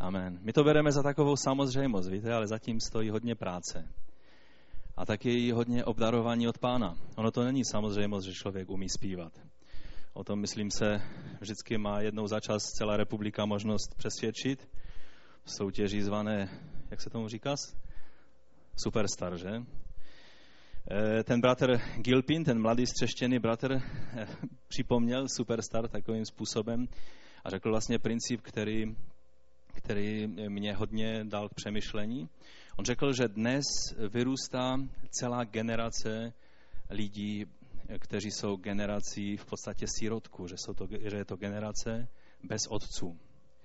Amen. My to bereme za takovou samozřejmost, víte, ale zatím stojí hodně práce. A taky i hodně obdarování od Pána. Ono to není samozřejmost, že člověk umí zpívat. O tom, myslím se, vždycky má jednou za čas celá republika možnost přesvědčit. V soutěži zvané, jak se tomu říká? Superstar, že? Ten bratr Gilpin, ten mladý střeštěný bratr, připomněl Superstar takovým způsobem a řekl vlastně princip, který mě hodně dal k přemýšlení. On řekl, že dnes vyrůstá celá generace lidí, kteří jsou generací v podstatě sirotku, že je to generace bez otců.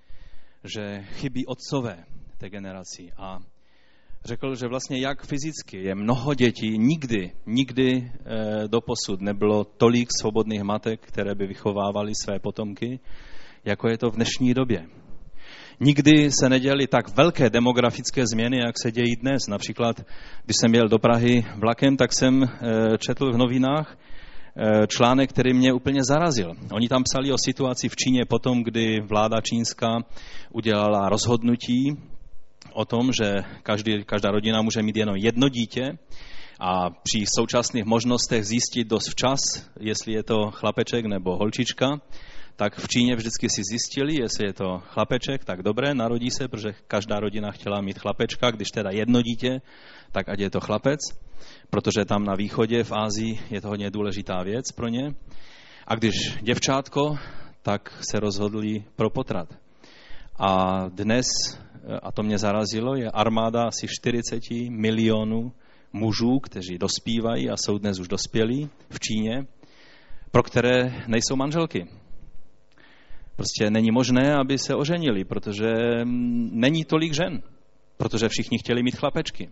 Že chybí otcové té generaci. A řekl, že vlastně jak fyzicky je mnoho dětí, nikdy doposud nebylo tolik svobodných matek, které by vychovávaly své potomky, jako je to v dnešní době. Nikdy se neděly tak velké demografické změny, jak se dějí dnes. Například, když jsem jel do Prahy vlakem, tak jsem četl v novinách článek, který mě úplně zarazil. Oni tam psali o situaci v Číně potom, kdy vláda čínská udělala rozhodnutí o tom, že každá rodina může mít jenom jedno dítě a při současných možnostech zjistit dost včas, jestli je to chlapeček nebo holčička, tak v Číně vždycky si zjistili, jestli je to chlapeček, tak dobré, narodí se, protože každá rodina chtěla mít chlapečka, když teda jedno dítě, tak ať je to chlapec, protože tam na východě v Asii je to hodně důležitá věc pro ně. A když děvčátko, tak se rozhodli pro potrat. A dnes, a to mě zarazilo, je armáda asi 40 milionů mužů, kteří dospívají a jsou dnes už dospělí v Číně, pro které nejsou manželky. Prostě není možné, aby se oženili, protože není tolik žen, protože všichni chtěli mít chlapečky.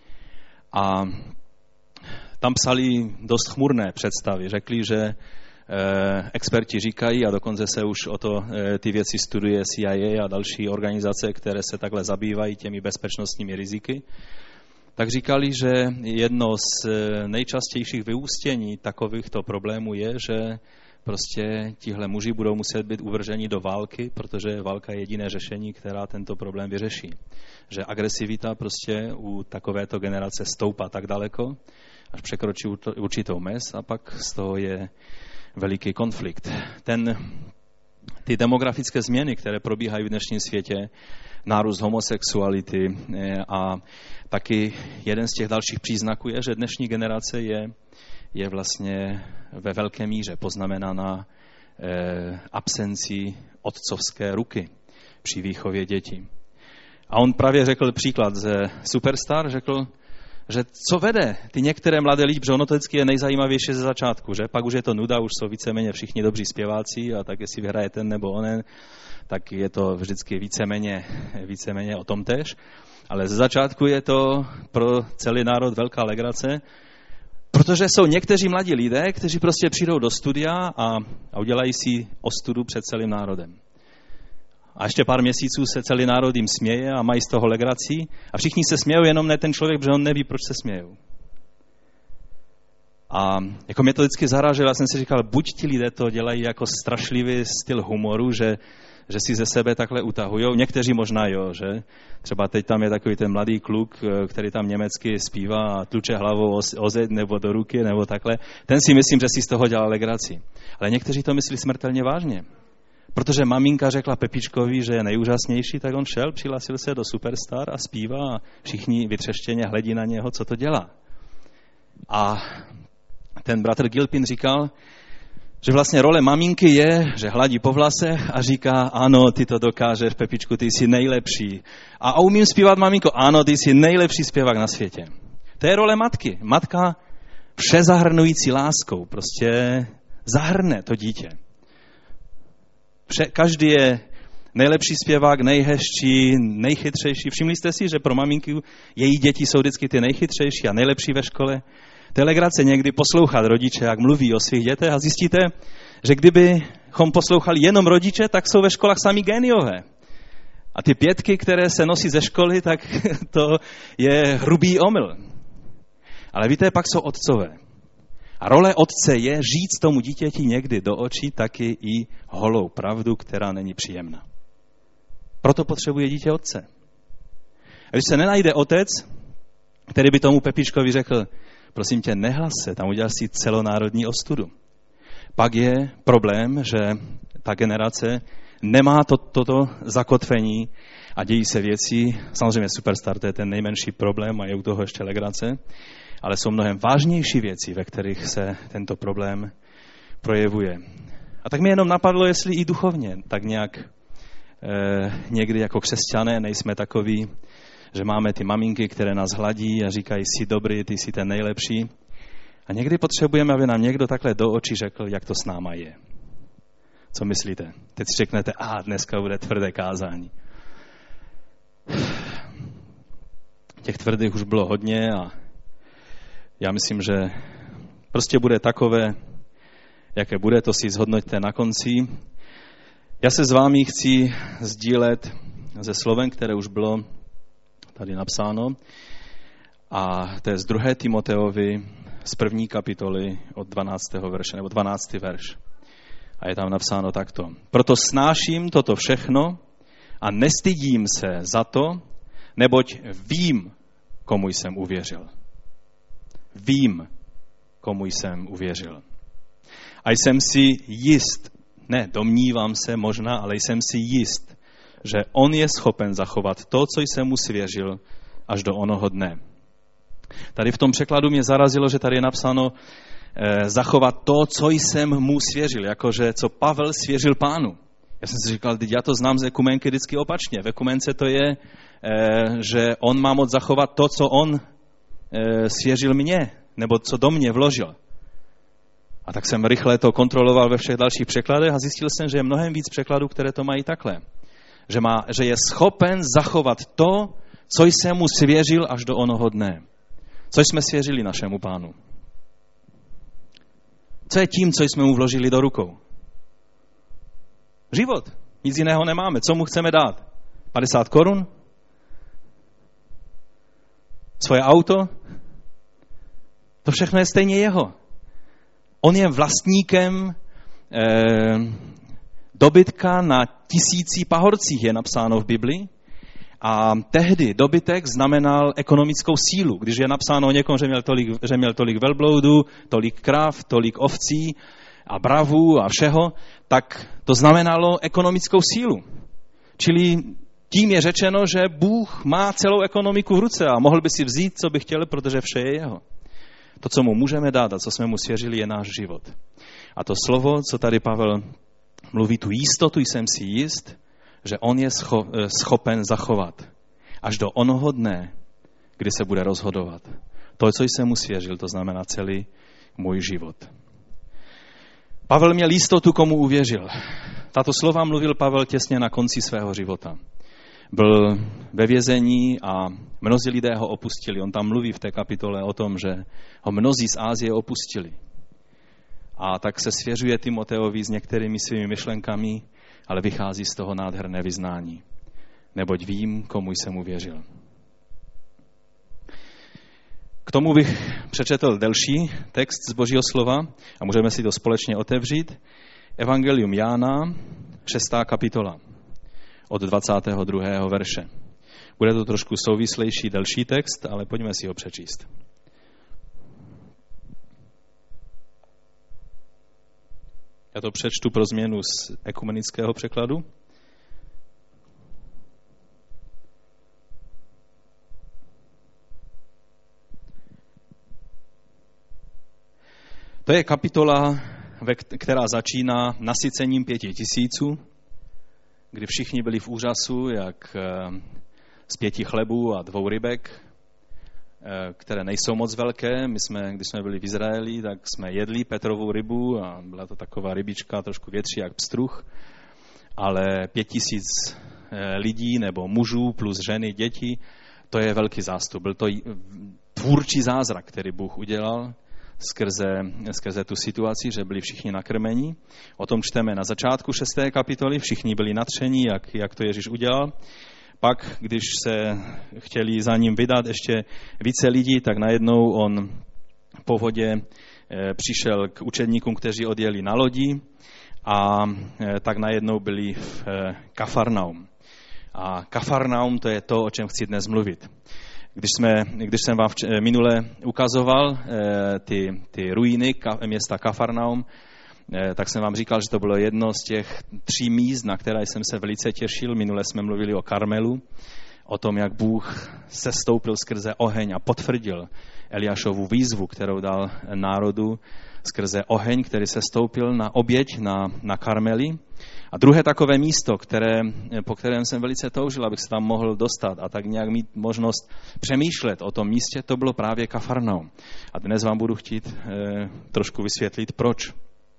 A tam psali dost chmurné představy. Řekli, že experti říkají, a dokonce se už o to ty věci studuje CIA a další organizace, které se takhle zabývají těmi bezpečnostními riziky, tak říkali, že jedno z nejčastějších vyústění takovýchto problémů je, že prostě tihle muži budou muset být uvrženi do války, protože válka je jediné řešení, která tento problém vyřeší. Že agresivita prostě u takovéto generace stoupá tak daleko, až překročí určitou mez a pak z toho je veliký konflikt. Ty demografické změny, které probíhají v dnešním světě, nárůst homosexuality a taky jeden z těch dalších příznaků je, že dnešní generace je vlastně ve velké míře poznamenaná absencí otcovské ruky při výchově dětí. A on právě řekl příklad ze Superstar, řekl, že co vede ty některé mladé lidi, protože ono to vždycky je nejzajímavější ze začátku, že pak už je to nuda, už jsou víceméně všichni dobří zpěváci a tak jestli vyhraje ten nebo onen, tak je to vždycky víceméně o tom též. Ale ze začátku je to pro celý národ velká legrace, protože jsou někteří mladí lidé, kteří prostě přijdou do studia a udělají si ostudu před celým národem. A ještě pár měsíců se celý národ jim směje a mají z toho legrací. A všichni se smějou, jenom ne ten člověk, protože on neví, proč se smějou. A jako mě to vždycky zaráželo, já jsem si říkal, buď ti lidé to dělají jako strašlivý styl humoru, že si ze sebe takhle utahujou. Někteří možná jo, že? Třeba teď tam je takový ten mladý kluk, který tam německy zpívá a tluče hlavou o zeď nebo do ruky nebo takhle. Ten si myslím, že si z toho dělal legraci. Ale někteří to myslí smrtelně vážně. Protože maminka řekla Pepičkovi, že je nejúžasnější, tak on šel, přihlásil se do Superstar a zpívá a všichni vytřeštěně hledí na něho, co to dělá. A ten bratr Gilpin říkal, že vlastně role maminky je, že hladí po vlasech a říká, ano, ty to dokážeš, Pepičku, ty jsi nejlepší. A umím zpívat, maminko, ano, ty jsi nejlepší zpěvák na světě. To je role matky. Matka všezahrnující láskou prostě zahrne to dítě. Každý je nejlepší zpěvák, nejhezčí, nejchytřejší. Všimli jste si, že pro maminky její děti jsou vždycky ty nejchytřejší a nejlepší ve škole? To je legrace někdy poslouchat rodiče, jak mluví o svých dětech a zjistíte, že kdybychom poslouchali jenom rodiče, tak jsou ve školách sami géniové. A ty 5, které se nosí ze školy, tak to je hrubý omyl. Ale víte, pak jsou otcové. A role otce je říct tomu dítěti někdy do očí taky i holou pravdu, která není příjemná. Proto potřebuje dítě otce. A když se nenajde otec, který by tomu Pepičkovi řekl, prosím tě, nehlas se, tam udělal si celonárodní ostudu. Pak je problém, že ta generace nemá toto zakotvení a dějí se věci, samozřejmě Superstar, to je ten nejmenší problém a je u toho ještě legrace, ale jsou mnohem vážnější věci, ve kterých se tento problém projevuje. A tak mi jenom napadlo, jestli i duchovně, tak nějak někdy jako křesťané nejsme takoví, že máme ty maminky, které nás hladí a říkají, jsi dobrý, ty jsi ten nejlepší. A někdy potřebujeme, aby nám někdo takhle do očí řekl, jak to s náma je. Co myslíte? Teď si řeknete, dneska bude tvrdé kázání. Těch tvrdých už bylo hodně a já myslím, že prostě bude takové, jaké bude, to si zhodnoťte na konci. Já se s vámi chci sdílet ze slovem, které už bylo tady napsáno, a to je z 2. Timoteovi z 1. kapitoly od 12. verše, nebo 12. verš. A je tam napsáno takto. Proto snáším toto všechno a nestydím se za to, neboť vím, komu jsem uvěřil. Vím, komu jsem uvěřil. A jsem si jist, ne domnívám se možná, ale jsem si jist, že on je schopen zachovat to, co jsem mu svěřil, až do onoho dne. Tady v tom překladu mě zarazilo, že tady je napsáno zachovat to, co jsem mu svěřil, jakože co Pavel svěřil Pánu. Já jsem si říkal, já to znám z ekumenky vždycky opačně. V ekumence to je, že on má moc zachovat to, co on svěřil mně, nebo co do mě vložil. A tak jsem rychle to kontroloval ve všech dalších překladech a zjistil jsem, že je mnohem víc překladů, které to mají takhle. Že je schopen zachovat to, co jsem mu svěřil až do onoho dne. Co jsme svěřili našemu Pánu? Co je tím, co jsme mu vložili do rukou? Život. Nic jiného nemáme. Co mu chceme dát? 50 korun? Svoje auto? To všechno je stejně jeho. On je vlastníkem dobytka na 1000 pahorcích, je napsáno v Biblii. A tehdy dobytek znamenal ekonomickou sílu. Když je napsáno o někom, že měl tolik velbloudů, tolik krav, tolik ovcí a bravů a všeho, tak to znamenalo ekonomickou sílu. Čili tím je řečeno, že Bůh má celou ekonomiku v ruce a mohl by si vzít, co by chtěl, protože vše je jeho. To, co mu můžeme dát a co jsme mu svěřili, je náš život. A to slovo, co tady Pavel mluví, tu jistotu jsem si jist, že on je schopen zachovat až do onoho dne, kdy se bude rozhodovat. To, co jsem mu svěřil, to znamená celý můj život. Pavel měl jistotu, komu uvěřil. Tato slova mluvil Pavel těsně na konci svého života. Byl ve vězení a mnozí lidé ho opustili. On tam mluví v té kapitole o tom, že ho mnozí z Ázie opustili. A tak se svěřuje Timoteovi s některými svými myšlenkami, ale vychází z toho nádherné vyznání. Neboť vím, komu jsem uvěřil. K tomu bych přečetl delší text z Božího slova a můžeme si to společně otevřít. Evangelium Jána, 6. kapitola, od 22. verše. Bude to trošku souvislejší, delší text, ale pojďme si ho přečíst. Já to přečtu pro změnu z ekumenického překladu. To je kapitola, která začíná nasycením 5000, kdy všichni byli v úžasu, jak z 5 chlebů a 2 rybek, které nejsou moc velké. Když jsme byli v Izraeli, tak jsme jedli Petrovou rybu a byla to taková rybička, trošku větší jak pstruh, ale 5000 lidí nebo mužů plus ženy, děti, to je velký zástup. Byl to tvůrčí zázrak, který Bůh udělal skrze tu situaci, že byli všichni nakrmeni. O tom čteme na začátku 6. kapitoly, všichni byli nadšení, jak to Ježíš udělal. Pak, když se chtěli za ním vydat ještě více lidí, tak najednou on po vodě přišel k učedníkům, kteří odjeli na lodi a tak najednou byli v Kafarnaum. A Kafarnaum, to je to, o čem chci dnes mluvit. Když jsem vám minule ukazoval ty ruiny města Kafarnaum, tak jsem vám říkal, že to bylo jedno z těch 3 míst, na které jsem se velice těšil. Minule jsme mluvili o Karmelu, o tom, jak Bůh sestoupil skrze oheň a potvrdil Eliášovu výzvu, kterou dal národu skrze oheň, který sestoupil na oběť na Karmeli. A druhé takové místo, po kterém jsem velice toužil, abych se tam mohl dostat a tak nějak mít možnost přemýšlet o tom místě, to bylo právě Kafarnaum. A dnes vám budu chtít trošku vysvětlit, proč.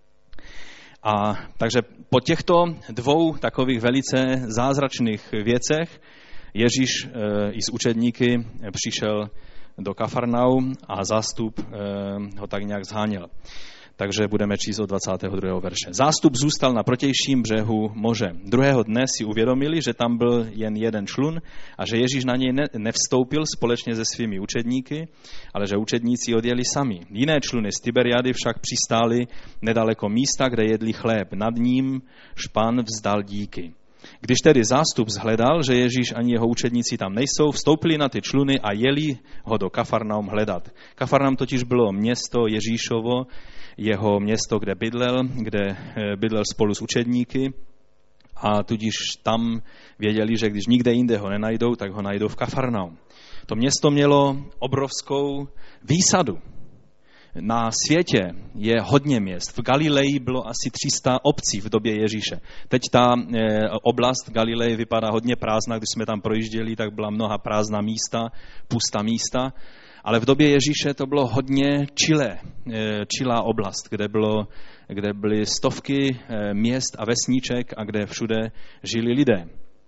A takže po těchto 2 takových velice zázračných věcech Ježíš i s učedníky přišel do Kafarnaum a zástup ho tak nějak zháněl. Takže budeme číst od 22. verše. Zástup zůstal na protějším břehu moře. Druhého dne si uvědomili, že tam byl jen jeden člun a že Ježíš na něj nevstoupil společně se svými učedníky, ale že učedníci odjeli sami. Jiné čluny z Tiberiady však přistály nedaleko místa, kde jedli chléb. Nad ním špan vzdal díky. Když tedy zástup zhledal, že Ježíš ani jeho učedníci tam nejsou, vstoupili na ty čluny a jeli ho do Kafarnaum hledat. Kafarnaum totiž bylo město Ježíšovo, jeho město, kde bydlel spolu s učedníky, a tudíž tam věděli, že když nikde jinde ho nenajdou, tak ho najdou v Kafarnaum. To město mělo obrovskou výsadu. Na světě je hodně měst. V Galileji bylo asi 300 obcí v době Ježíše. Teď ta oblast Galileje vypadá hodně prázdná. Když jsme tam projížděli, tak byla mnoha prázdná místa, pustá místa. Ale v době Ježíše to bylo hodně čilá oblast, kde byly stovky měst a vesniček a kde všude žili lidé.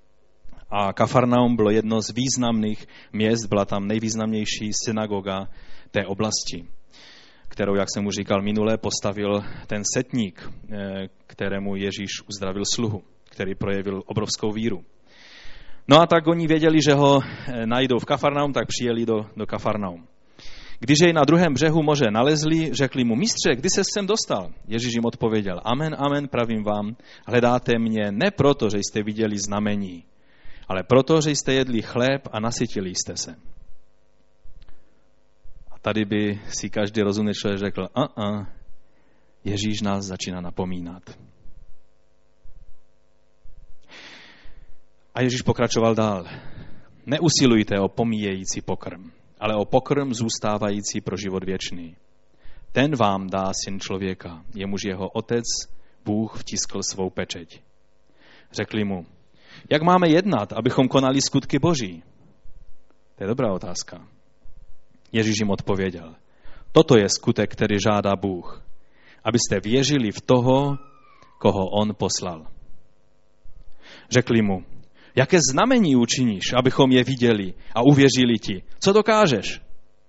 A Kafarnaum bylo jedno z významných měst, byla tam nejvýznamnější synagoga té oblasti, kterou, jak jsem už říkal minule, postavil ten setník, kterému Ježíš uzdravil sluhu, který projevil obrovskou víru. No a tak oni věděli, že ho najdou v Kafarnaum, tak přijeli do Kafarnaum. Když jej na druhém břehu moře nalezli, řekli mu: Mistře, kdy ses sem dostal? Ježíš jim odpověděl: Amen, amen, pravím vám, hledáte mě ne proto, že jste viděli znamení, ale proto, že jste jedli chléb a nasytili jste se. A tady by si každý rozumný člověk řekl: Ježíš nás začíná napomínat. A Ježíš pokračoval dál. Neusilujte o pomíjející pokrm, ale o pokrm zůstávající pro život věčný. Ten vám dá Syn člověka, jemuž jeho otec Bůh vtiskl svou pečeť. Řekli mu: Jak máme jednat, abychom konali skutky Boží? To je dobrá otázka. Ježíš jim odpověděl: Toto je skutek, který žádá Bůh, abyste věřili v toho, koho on poslal. Řekli mu: Jaké znamení učiníš, abychom je viděli a uvěřili ti? Co dokážeš?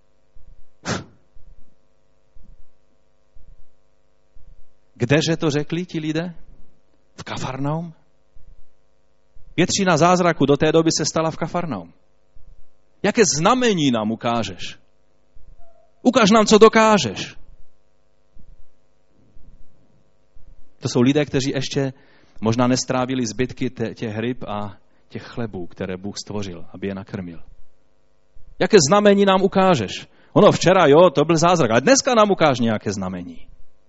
Kdeže to řekli ti lidé? V Kafarnaum? Většina zázraku do té doby se stala v Kafarnaum. Jaké znamení nám ukážeš? Ukáž nám, co dokážeš. To jsou lidé, kteří ještě možná nestrávili zbytky těch ryb a těch chlebů, které Bůh stvořil, aby je nakrmil. Jaké znamení nám ukážeš? Ono včera, to byl zázrak, ale dneska nám ukáž nějaké znamení.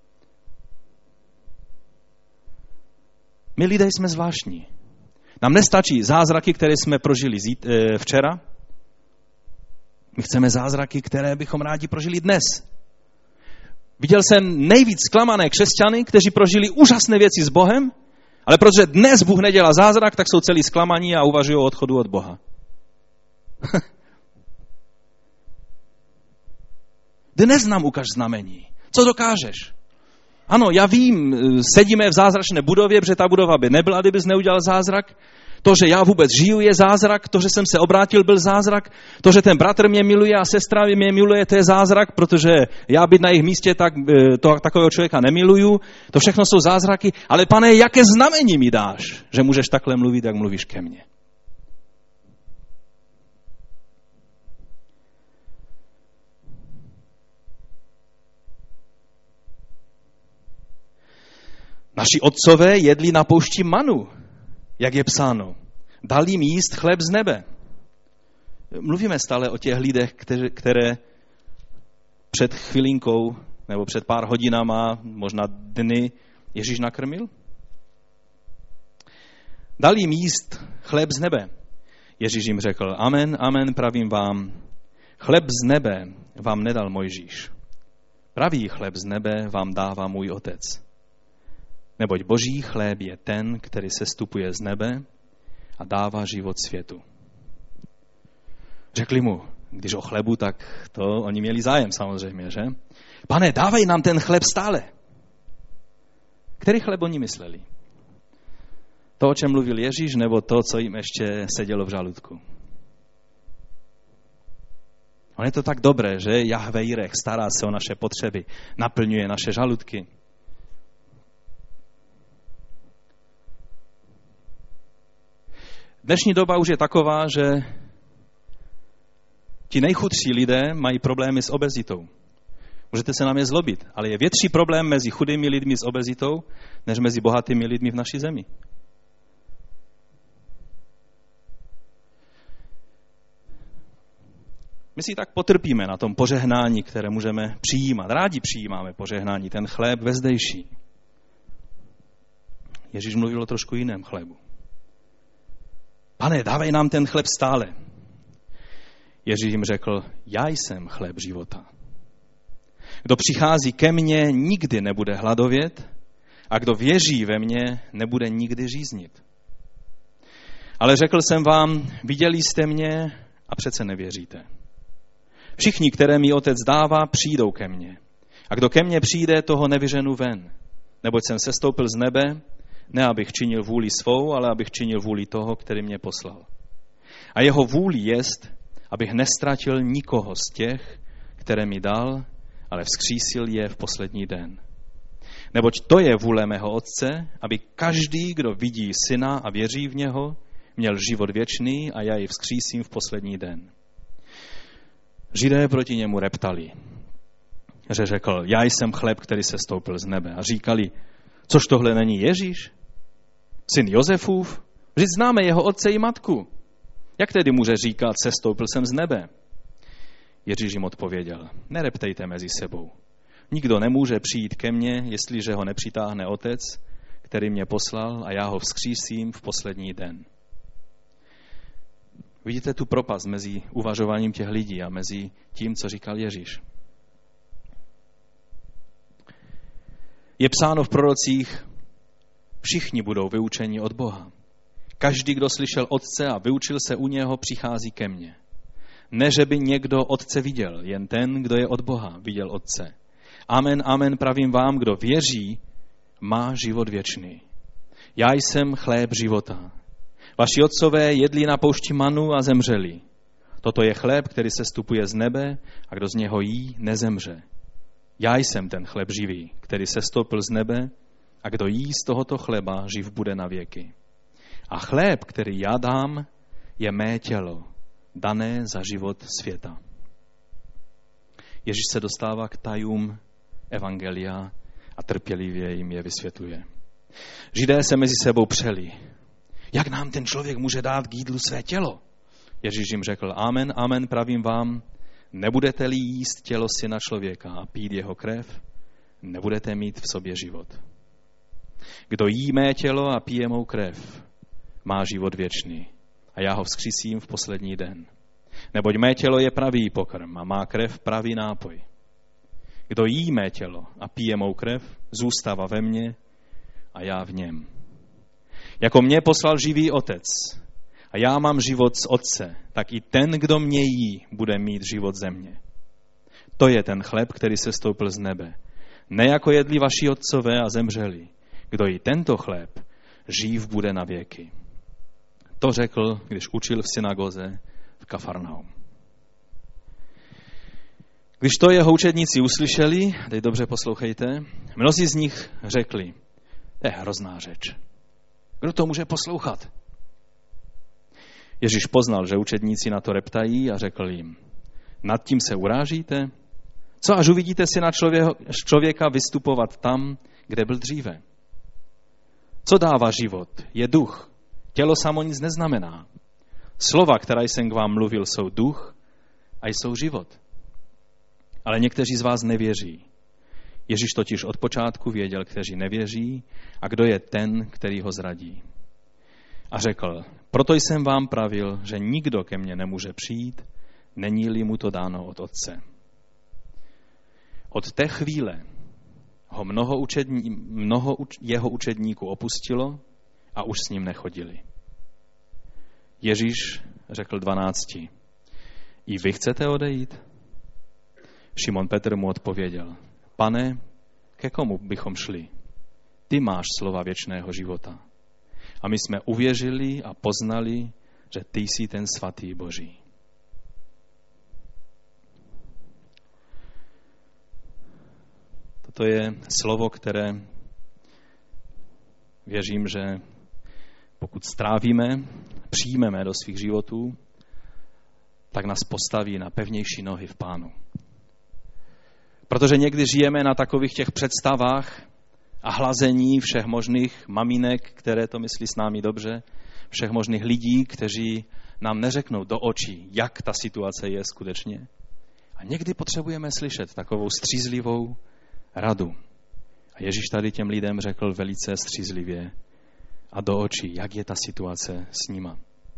My lidé jsme zvláštní. Nám nestačí zázraky, které jsme prožili včera. My chceme zázraky, které bychom rádi prožili dnes. Viděl jsem nejvíc zklamané křesťany, kteří prožili úžasné věci s Bohem, ale protože dnes Bůh nedělá zázrak, tak jsou celý zklamaní a uvažují o odchodu od Boha. Dnes nám ukáž znamení. Co dokážeš? Ano, já vím, sedíme v zázračné budově, protože ta budova by nebyla, kdybys neudělal zázrak. To, že já vůbec žiju, je zázrak. To, že jsem se obrátil, byl zázrak. To, že ten bratr mě miluje a sestra mě miluje, to je zázrak, protože já být na jejich místě, tak takového člověka nemiluju. To všechno jsou zázraky. Ale Pane, jaké znamení mi dáš, že můžeš takhle mluvit, jak mluvíš ke mně? Naši otcové jedli na poušti manu, jak je psáno. Dal jim jíst chléb z nebe. Mluvíme stále o těch lidech, které před chvilinkou nebo před pár hodinama, možná dny, Ježíš nakrmil. Dal jim jíst chléb z nebe. Ježíš jim řekl, amen, amen, pravím vám, chléb z nebe vám nedal Mojžíš. Pravý chléb z nebe vám dává můj otec. Neboť boží chléb je ten, který sestupuje z nebe a dává život světu. Řekli mu, když o chlebu, tak to oni měli zájem samozřejmě, že? Pane, dávej nám ten chléb stále. Který chléb oni mysleli? To, o čem mluvil Ježíš, nebo to, co jim ještě sedělo v žaludku? On je to tak dobré, že Jahve Jireh stará se o naše potřeby, naplňuje naše žaludky. Dnešní doba už je taková, že ti nejchudší lidé mají problémy s obezitou. Můžete se na mě zlobit, ale je větší problém mezi chudými lidmi s obezitou, než mezi bohatými lidmi v naší zemi. My si tak potrpíme na tom požehnání, které můžeme přijímat. Rádi přijímáme požehnání, ten chléb vezdejší. Ježíš mluvil o trošku jiném chlébu. Pane, dávej nám ten chléb stále. Ježíš jim řekl, já jsem chléb života. Kdo přichází ke mně, nikdy nebude hladovět a kdo věří ve mě, nebude nikdy žíznit. Ale řekl jsem vám, viděli jste mě a přece nevěříte. Všichni, které mi otec dává, přijdou ke mně. A kdo ke mně přijde, toho nevyženu ven. Neboť jsem sestoupil z nebe, ne abych činil vůli svou, ale abych činil vůli toho, který mě poslal. A jeho vůli jest, abych nestratil nikoho z těch, které mi dal, ale vzkřísil je v poslední den. Neboť to je vůle mého otce, aby každý, kdo vidí syna a věří v něho, měl život věčný a já ji vzkřísím v poslední den. Židé proti němu reptali, že řekl, já jsem chléb, který se stoupil z nebe. A říkali, což tohle není Ježíš? Syn Josefův? Vždyť známe jeho otce i matku. Jak tedy může říkat, sestoupil jsem z nebe? Ježíš jim odpověděl, nereptejte mezi sebou. Nikdo nemůže přijít ke mně, jestliže ho nepřitáhne otec, který mě poslal a já ho vzkřísím v poslední den. Vidíte tu propast mezi uvažováním těch lidí a mezi tím, co říkal Ježíš. Je psáno v prorocích, všichni budou vyučeni od Boha. Každý, kdo slyšel Otce a vyučil se u něho, přichází ke mně. Ne, že by někdo Otce viděl, jen ten, kdo je od Boha, viděl Otce. Amen, amen, pravím vám, kdo věří, má život věčný. Já jsem chléb života. Vaši otcové jedli na poušti manu a zemřeli. Toto je chléb, který se stupuje z nebe a kdo z něho jí, nezemře. Já jsem ten chléb živý, který se stoupil z nebe a kdo jí z tohoto chleba, živ bude na věky. A chléb, který já dám, je mé tělo, dané za život světa. Ježíš se dostává k tajům evangelia a trpělivě jim je vysvětluje. Židé se mezi sebou přeli. Jak nám ten člověk může dát k jídlu své tělo? Ježíš jim řekl, amen, amen, pravím vám, nebudete-li jíst tělo syna člověka a pít jeho krev, nebudete mít v sobě život. Kdo jí mé tělo a pije mou krev, má život věčný a já ho vzkřísím v poslední den. Neboť mé tělo je pravý pokrm a má krev pravý nápoj. Kdo jí mé tělo a pije mou krev, zůstává ve mně a já v něm. Jako mě poslal živý otec a já mám život z otce, tak i ten, kdo mě jí, bude mít život ze mě. To je ten chléb, který se stoupil z nebe. Ne jako jedli vaši otcové a zemřeli. Kdo jí tento chléb, živ bude na věky. To řekl, když učil v synagoze v Kafarnaum. Když to jeho učedníci uslyšeli, teď dobře poslouchejte, mnozí z nich řekli, to je hrozná řeč. Kdo to může poslouchat? Ježíš poznal, že učedníci na to reptají a řekl jim, nad tím se urážíte? Co až uvidíte syna člověka vystupovat tam, kde byl dříve? Co dává život? Je duch. Tělo samo nic neznamená. Slova, která jsem k vám mluvil, jsou duch a jsou život. Ale někteří z vás nevěří. Ježíš totiž od počátku věděl, kteří nevěří a kdo je ten, který ho zradí. A řekl, proto jsem vám pravil, že nikdo ke mně nemůže přijít, není-li mu to dáno od Otce. Od té chvíle ho mnoho jeho učedníků opustilo a už s ním nechodili. Ježíš řekl 12. I vy chcete odejít? Šimon Petr mu odpověděl, Pane, ke komu bychom šli? Ty máš slova věčného života. A my jsme uvěřili a poznali, že ty jsi ten svatý Boží. Toto je slovo, které věřím, že pokud strávíme, přijmeme do svých životů, tak nás postaví na pevnější nohy v Pánu. Protože někdy žijeme na takových těch představách a hlazení všech možných maminek, které to myslí s námi dobře, všech možných lidí, kteří nám neřeknou do očí, jak ta situace je skutečně. A někdy potřebujeme slyšet takovou střízlivou radu. A Ježíš tady těm lidem řekl velice střízlivě a do očí, jak je ta situace s nima.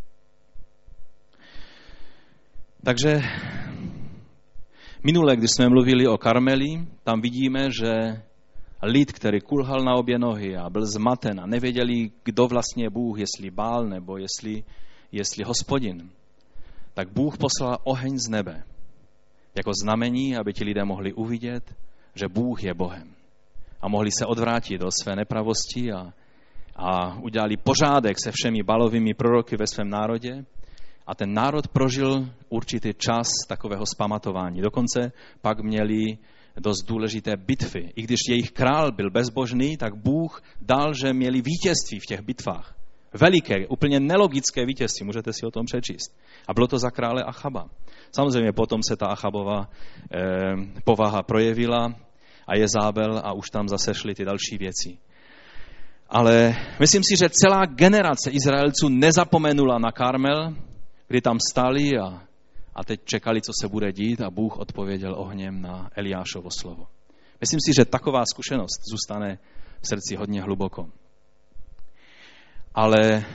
Takže minule, když jsme mluvili o Karmeli, tam vidíme, že lid, který kulhal na obě nohy a byl zmaten a nevěděli, kdo vlastně je Bůh, jestli Bál nebo jestli Hospodin, tak Bůh poslal oheň z nebe jako znamení, aby ti lidé mohli uvidět, že Bůh je Bohem. A mohli se odvrátit od své nepravosti a udělali pořádek se všemi Bálovými proroky ve svém národě. A ten národ prožil určitý čas takového zpamatování. Dokonce pak měli dost důležité bitvy. I když jejich král byl bezbožný, tak Bůh dal, že měli vítězství v těch bitvách. Veliké, úplně nelogické vítězství, můžete si o tom přečíst. A bylo to za krále Achaba. Samozřejmě potom se ta Achabova povaha projevila a Jezábel a už tam zase šly ty další věci. Ale myslím si, že celá generace Izraelců nezapomenula na Karmel, kdy tam stali a teď čekali, co se bude dít a Bůh odpověděl ohněm na Eliášovo slovo. Myslím si, že taková zkušenost zůstane v srdci hodně hluboko. Ale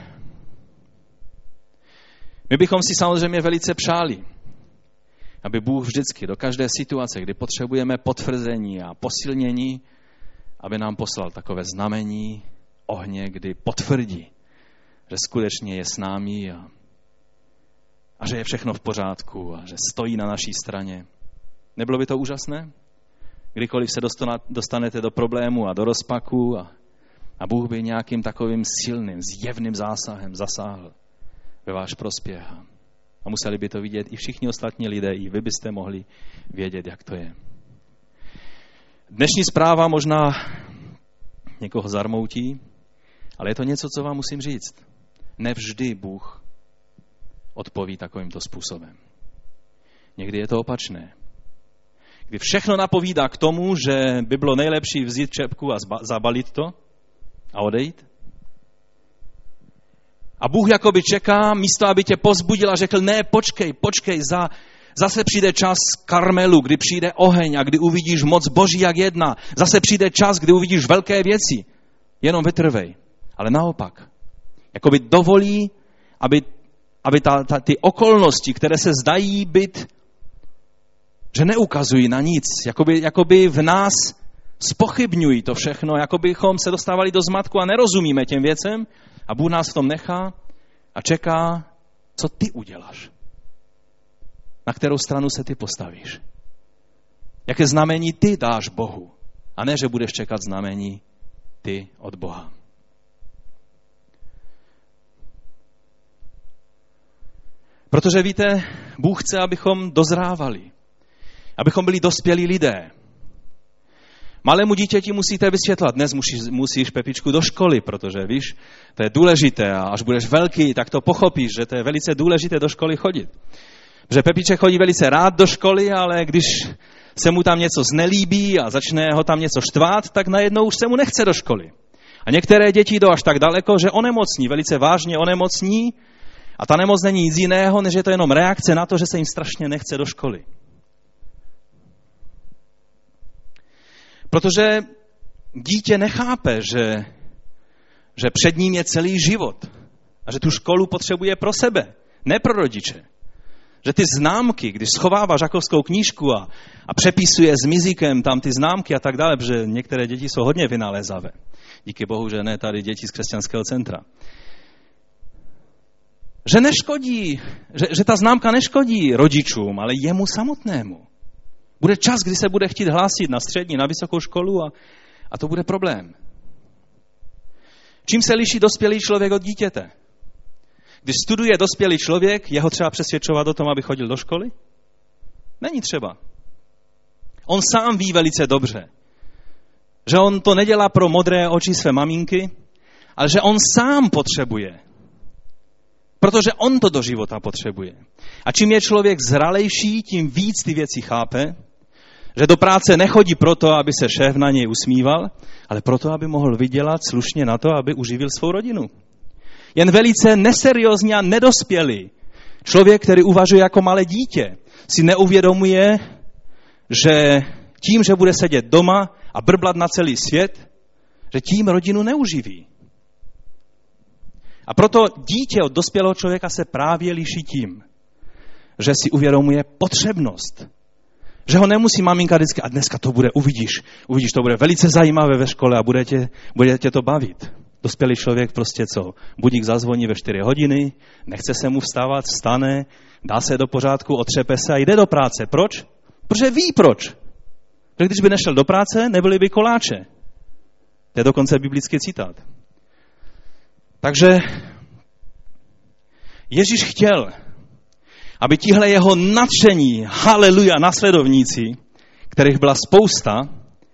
my bychom si samozřejmě velice přáli, aby Bůh vždycky do každé situace, kdy potřebujeme potvrzení a posilnění, aby nám poslal takové znamení ohně, kdy potvrdí, že skutečně je s námi a že je všechno v pořádku a že stojí na naší straně. Nebylo by to úžasné? Kdykoliv se dostanete do problému a do rozpaku a Bůh by nějakým takovým silným, zjevným zásahem zasáhl ve váš prospěch. A museli by to vidět i všichni ostatní lidé, i vy byste mohli vědět, jak to je. Dnešní zpráva možná někoho zarmoutí, ale je to něco, co vám musím říct. Nevždy Bůh odpoví takovýmto způsobem. Někdy je to opačné. Kdy všechno napovídá k tomu, že by bylo nejlepší vzít čepku a zabalit to a odejít. A Bůh jakoby čeká, místo aby tě povzbudil a řekl, ne, počkej, zase přijde čas Karmelu, kdy přijde oheň a kdy uvidíš moc Boží jak jedna. Zase přijde čas, kdy uvidíš velké věci. Jenom vytrvej. Ale naopak. Jakoby dovolí, aby ty okolnosti, které se zdají být, že neukazují na nic. Jakoby v nás zpochybňují to všechno, jako bychom se dostávali do zmatku a nerozumíme těm věcem a Bůh nás v tom nechá a čeká, co ty uděláš. Na kterou stranu se ty postavíš. Jaké znamení ty dáš Bohu. A ne, že budeš čekat znamení ty od Boha. Protože víte, Bůh chce, abychom dozrávali. Abychom byli dospělí lidé. Malému dítěti musíte vysvětlat, dnes musíš Pepičku do školy, protože víš, to je důležité a až budeš velký, tak to pochopíš, že to je velice důležité do školy chodit. Protože Pepiček chodí velice rád do školy, ale když se mu tam něco znelíbí a začne ho tam něco štvát, tak najednou už se mu nechce do školy. A některé děti jdou až tak daleko, že onemocní, velice vážně onemocní a ta nemoc není nic jiného, než je to jenom reakce na to, že se jim strašně nechce do školy. Protože dítě nechápe, že před ním je celý život a že tu školu potřebuje pro sebe, ne pro rodiče. Že ty známky, když schovává žákovskou knížku a přepisuje s mizikem tam ty známky a tak dále, protože některé děti jsou hodně vynalézavé. Díky bohu, že ne tady děti z křesťanského centra. Že neškodí, že ta známka neškodí rodičům, ale jemu samotnému. Bude čas, kdy se bude chtít hlásit na střední, na vysokou školu a to bude problém. Čím se liší dospělý člověk od dítěte? Když studuje dospělý člověk, je ho třeba přesvědčovat o tom, aby chodil do školy? Není třeba. On sám ví velice dobře, že on to nedělá pro modré oči své maminky, ale že on sám potřebuje. Protože on to do života potřebuje. A čím je člověk zralejší, tím víc ty věci chápe, že do práce nechodí proto, aby se šéf na něj usmíval, ale proto, aby mohl vydělat slušně na to, aby uživil svou rodinu. Jen velice neseriózní a nedospělý člověk, který uvažuje jako malé dítě, si neuvědomuje, že tím, že bude sedět doma a brblat na celý svět, že tím rodinu neuživí. A proto dítě od dospělého člověka se právě liší tím, že si uvědomuje potřebnost. Že ho nemusí maminka vždycky, a dneska to bude, uvidíš, to bude velice zajímavé ve škole a bude tě to bavit. Dospělý člověk prostě co? Budík zazvoní ve 4 hodiny, nechce se mu vstávat, vstane, dá se do pořádku, otřepe se a jde do práce. Proč? Protože ví proč. Protože když by nešel do práce, nebyly by koláče. To je dokonce biblický citát. Takže Ježíš chtěl, aby tihle jeho nadšení, haleluja, následovníci, kterých byla spousta,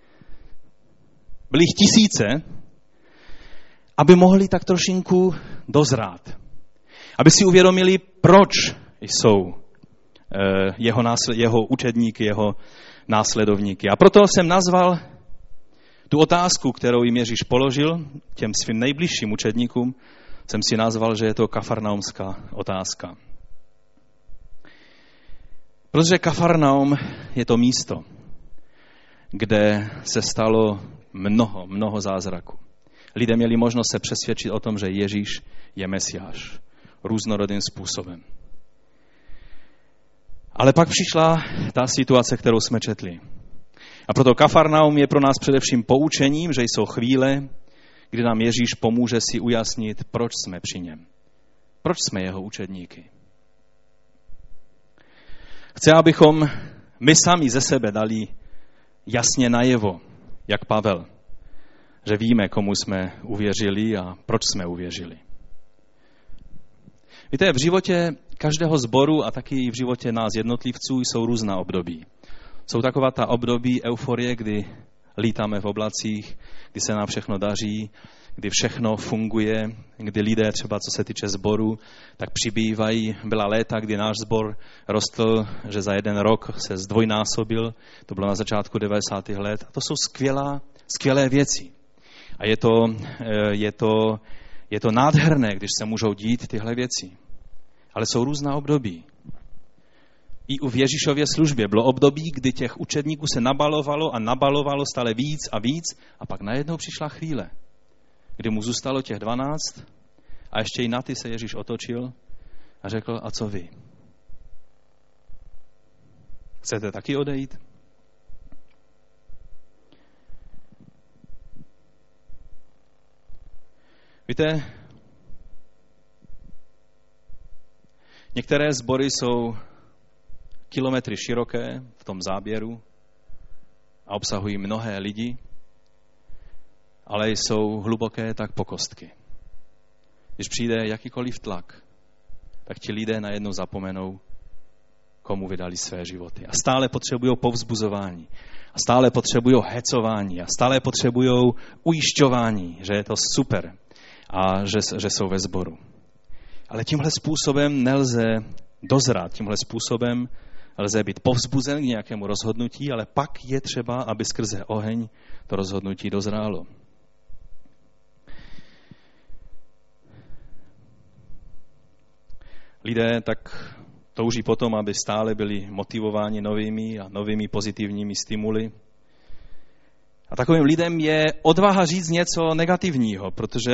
byli jich tisíce, aby mohli tak trošinku dozrát. Aby si uvědomili, proč jsou jeho učedníky, jeho následovníky. A proto jsem nazval tu otázku, kterou jim Ježíš položil těm svým nejbližším učedníkům, jsem si nazval, že je to kafarnaumská otázka. Protože Kafarnaum je to místo, kde se stalo mnoho zázraků. Lidé měli možnost se přesvědčit o tom, že Ježíš je Mesiáš různorodým způsobem. Ale pak přišla ta situace, kterou jsme četli. A proto Kafarnaum je pro nás především poučením, že jsou chvíle, kdy nám Ježíš pomůže si ujasnit, proč jsme při něm. Proč jsme jeho učedníky. Chce, abychom my sami ze sebe dali jasně najevo, jak Pavel, že víme, komu jsme uvěřili a proč jsme uvěřili. Víte, v životě každého sboru a taky v životě nás jednotlivců jsou různá období. Jsou taková ta období euforie, kdy lítáme v oblacích, kdy se nám všechno daří, kdy všechno funguje, kdy lidé třeba co se týče sboru, tak přibývají. Byla léta, kdy náš sbor rostl, že za 1 rok se zdvojnásobil, to bylo na začátku 90. let. A to jsou skvělé věci. A je to nádherné, když se můžou dít tyhle věci. Ale jsou různá období. I v Ježíšově službě bylo období, kdy těch učedníků se nabalovalo stále víc a pak najednou přišla chvíle, kdy mu zůstalo těch 12 a ještě i na ty se Ježíš otočil a řekl, a co vy? Chcete taky odejít? Víte, některé sbory jsou kilometry široké v tom záběru a obsahují mnohé lidi, ale jsou hluboké tak po kostky. Když přijde jakýkoliv tlak, tak ti lidé najednou zapomenou, komu vydali své životy. A stále potřebují povzbuzování. A stále potřebují hecování. A stále potřebují ujišťování, že je to super a že jsou ve sboru. Ale tímhle způsobem nelze dozrát. Tímhle způsobem lze být povzbuzen k nějakému rozhodnutí, ale pak je třeba, aby skrze oheň to rozhodnutí dozrálo. lidé tak touží potom, aby stále byli motivováni novými pozitivními stimuly. A takovým lidem je odvaha říct něco negativního,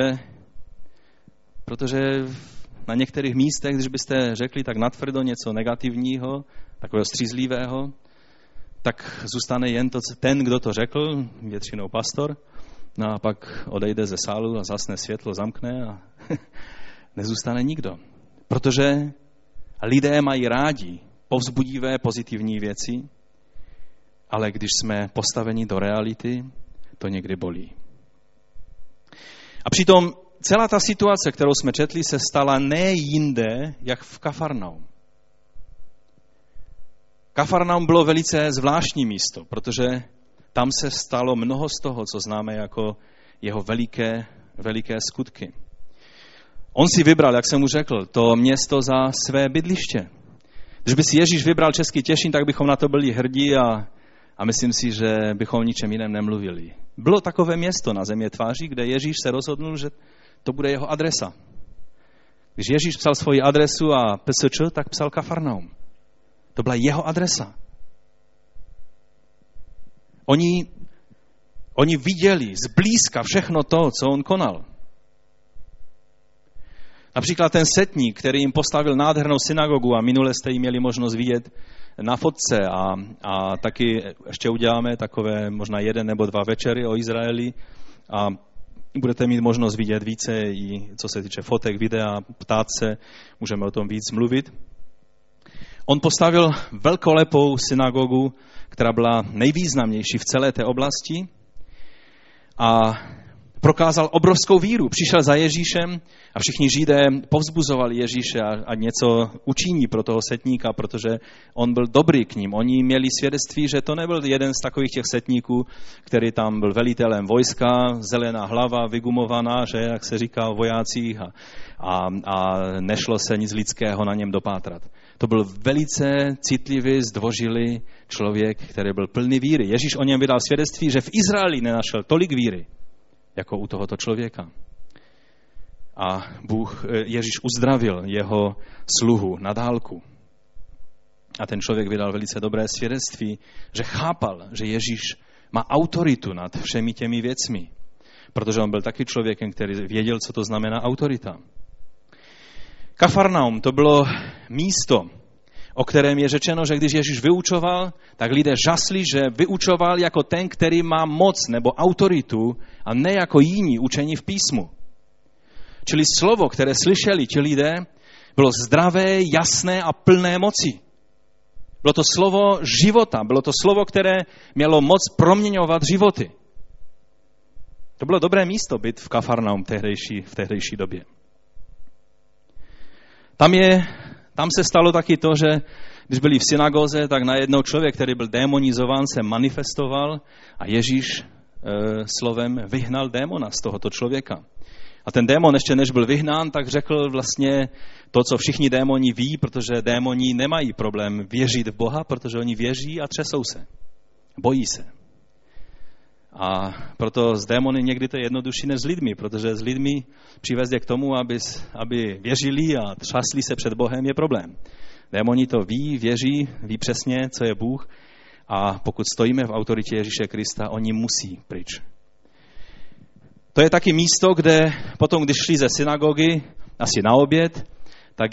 protože na některých místech, když byste řekli tak natvrdo něco negativního, takového střízlivého, tak zůstane jen ten, kdo to řekl, většinou pastor, no a pak odejde ze sálu a zasne světlo, zamkne a nezůstane nikdo. Protože lidé mají rádi povzbudivé, pozitivní věci, ale když jsme postaveni do reality, to někdy bolí. A přitom celá ta situace, kterou jsme četli, se stala ne jinde, jak v Kafarnaum. Kafarnaum bylo velice zvláštní místo, protože tam se stalo mnoho z toho, co známe jako jeho veliké skutky. On si vybral, jak jsem mu řekl, to město za své bydliště. Když by si Ježíš vybral Český Těšín, tak bychom na to byli hrdí a myslím si, že bychom o ničem jiném nemluvili. Bylo takové město na země tváří, kde Ježíš se rozhodnul, že to bude jeho adresa. Když Ježíš psal svoji adresu a PSČ, tak psal Kafarnaum. To byla jeho adresa. Oni viděli zblízka všechno to, co on konal. Například ten setník, který jim postavil nádhernou synagogu a minule jste ji měli možnost vidět na fotce a taky ještě uděláme takové možná 1 nebo 2 večery o Izraeli a budete mít možnost vidět více i co se týče fotek, videa, ptát se, můžeme o tom víc mluvit. On postavil velkolepou synagogu, která byla nejvýznamnější v celé té oblasti a prokázal obrovskou víru. Přišel za Ježíšem a všichni Židé povzbuzovali Ježíše a něco učiní pro toho setníka, protože on byl dobrý k ním. Oni měli svědectví, že to nebyl jeden z takových těch setníků, který tam byl velitelem vojska, zelená hlava, vygumovaná, že, jak se říká o vojácích a nešlo se nic lidského na něm dopátrat. To byl velice citlivý, zdvořilý člověk, který byl plný víry. Ježíš o něm vydal svědectví, že v Izraeli nenašel tolik víry, jako u tohoto člověka. A Ježíš uzdravil jeho sluhu na dálku. A ten člověk vydal velice dobré svědectví, že chápal, že Ježíš má autoritu nad všemi těmi věcmi. Protože on byl taky člověkem, který věděl, co to znamená autorita. Kafarnaum to bylo místo, o kterém je řečeno, že když Ježíš vyučoval, tak lidé žasli, že vyučoval jako ten, který má moc nebo autoritu a ne jako jiní učení v písmu. Čili slovo, které slyšeli ti lidé, bylo zdravé, jasné a plné moci. Bylo to slovo života, bylo to slovo, které mělo moc proměňovat životy. To bylo dobré místo být v Kafarnaum v tehdejší době. Tam se stalo taky to, že když byli v synagoze, tak najednou člověk, který byl démonizován, se manifestoval a Ježíš slovem vyhnal démona z tohoto člověka. A ten démon ještě než byl vyhnán, tak řekl vlastně to, co všichni démoni ví, protože démoni nemají problém věřit v Boha, protože oni věří a třesou se. Bojí se. A proto s démony někdy to je jednodušší než s lidmi, protože s lidmi přivést je k tomu, aby věřili a třasli se před Bohem, je problém. Démoni to ví přesně, co je Bůh a pokud stojíme v autoritě Ježíše Krista, oni musí pryč. To je taky místo, kde potom, když šli ze synagogy, asi na oběd, tak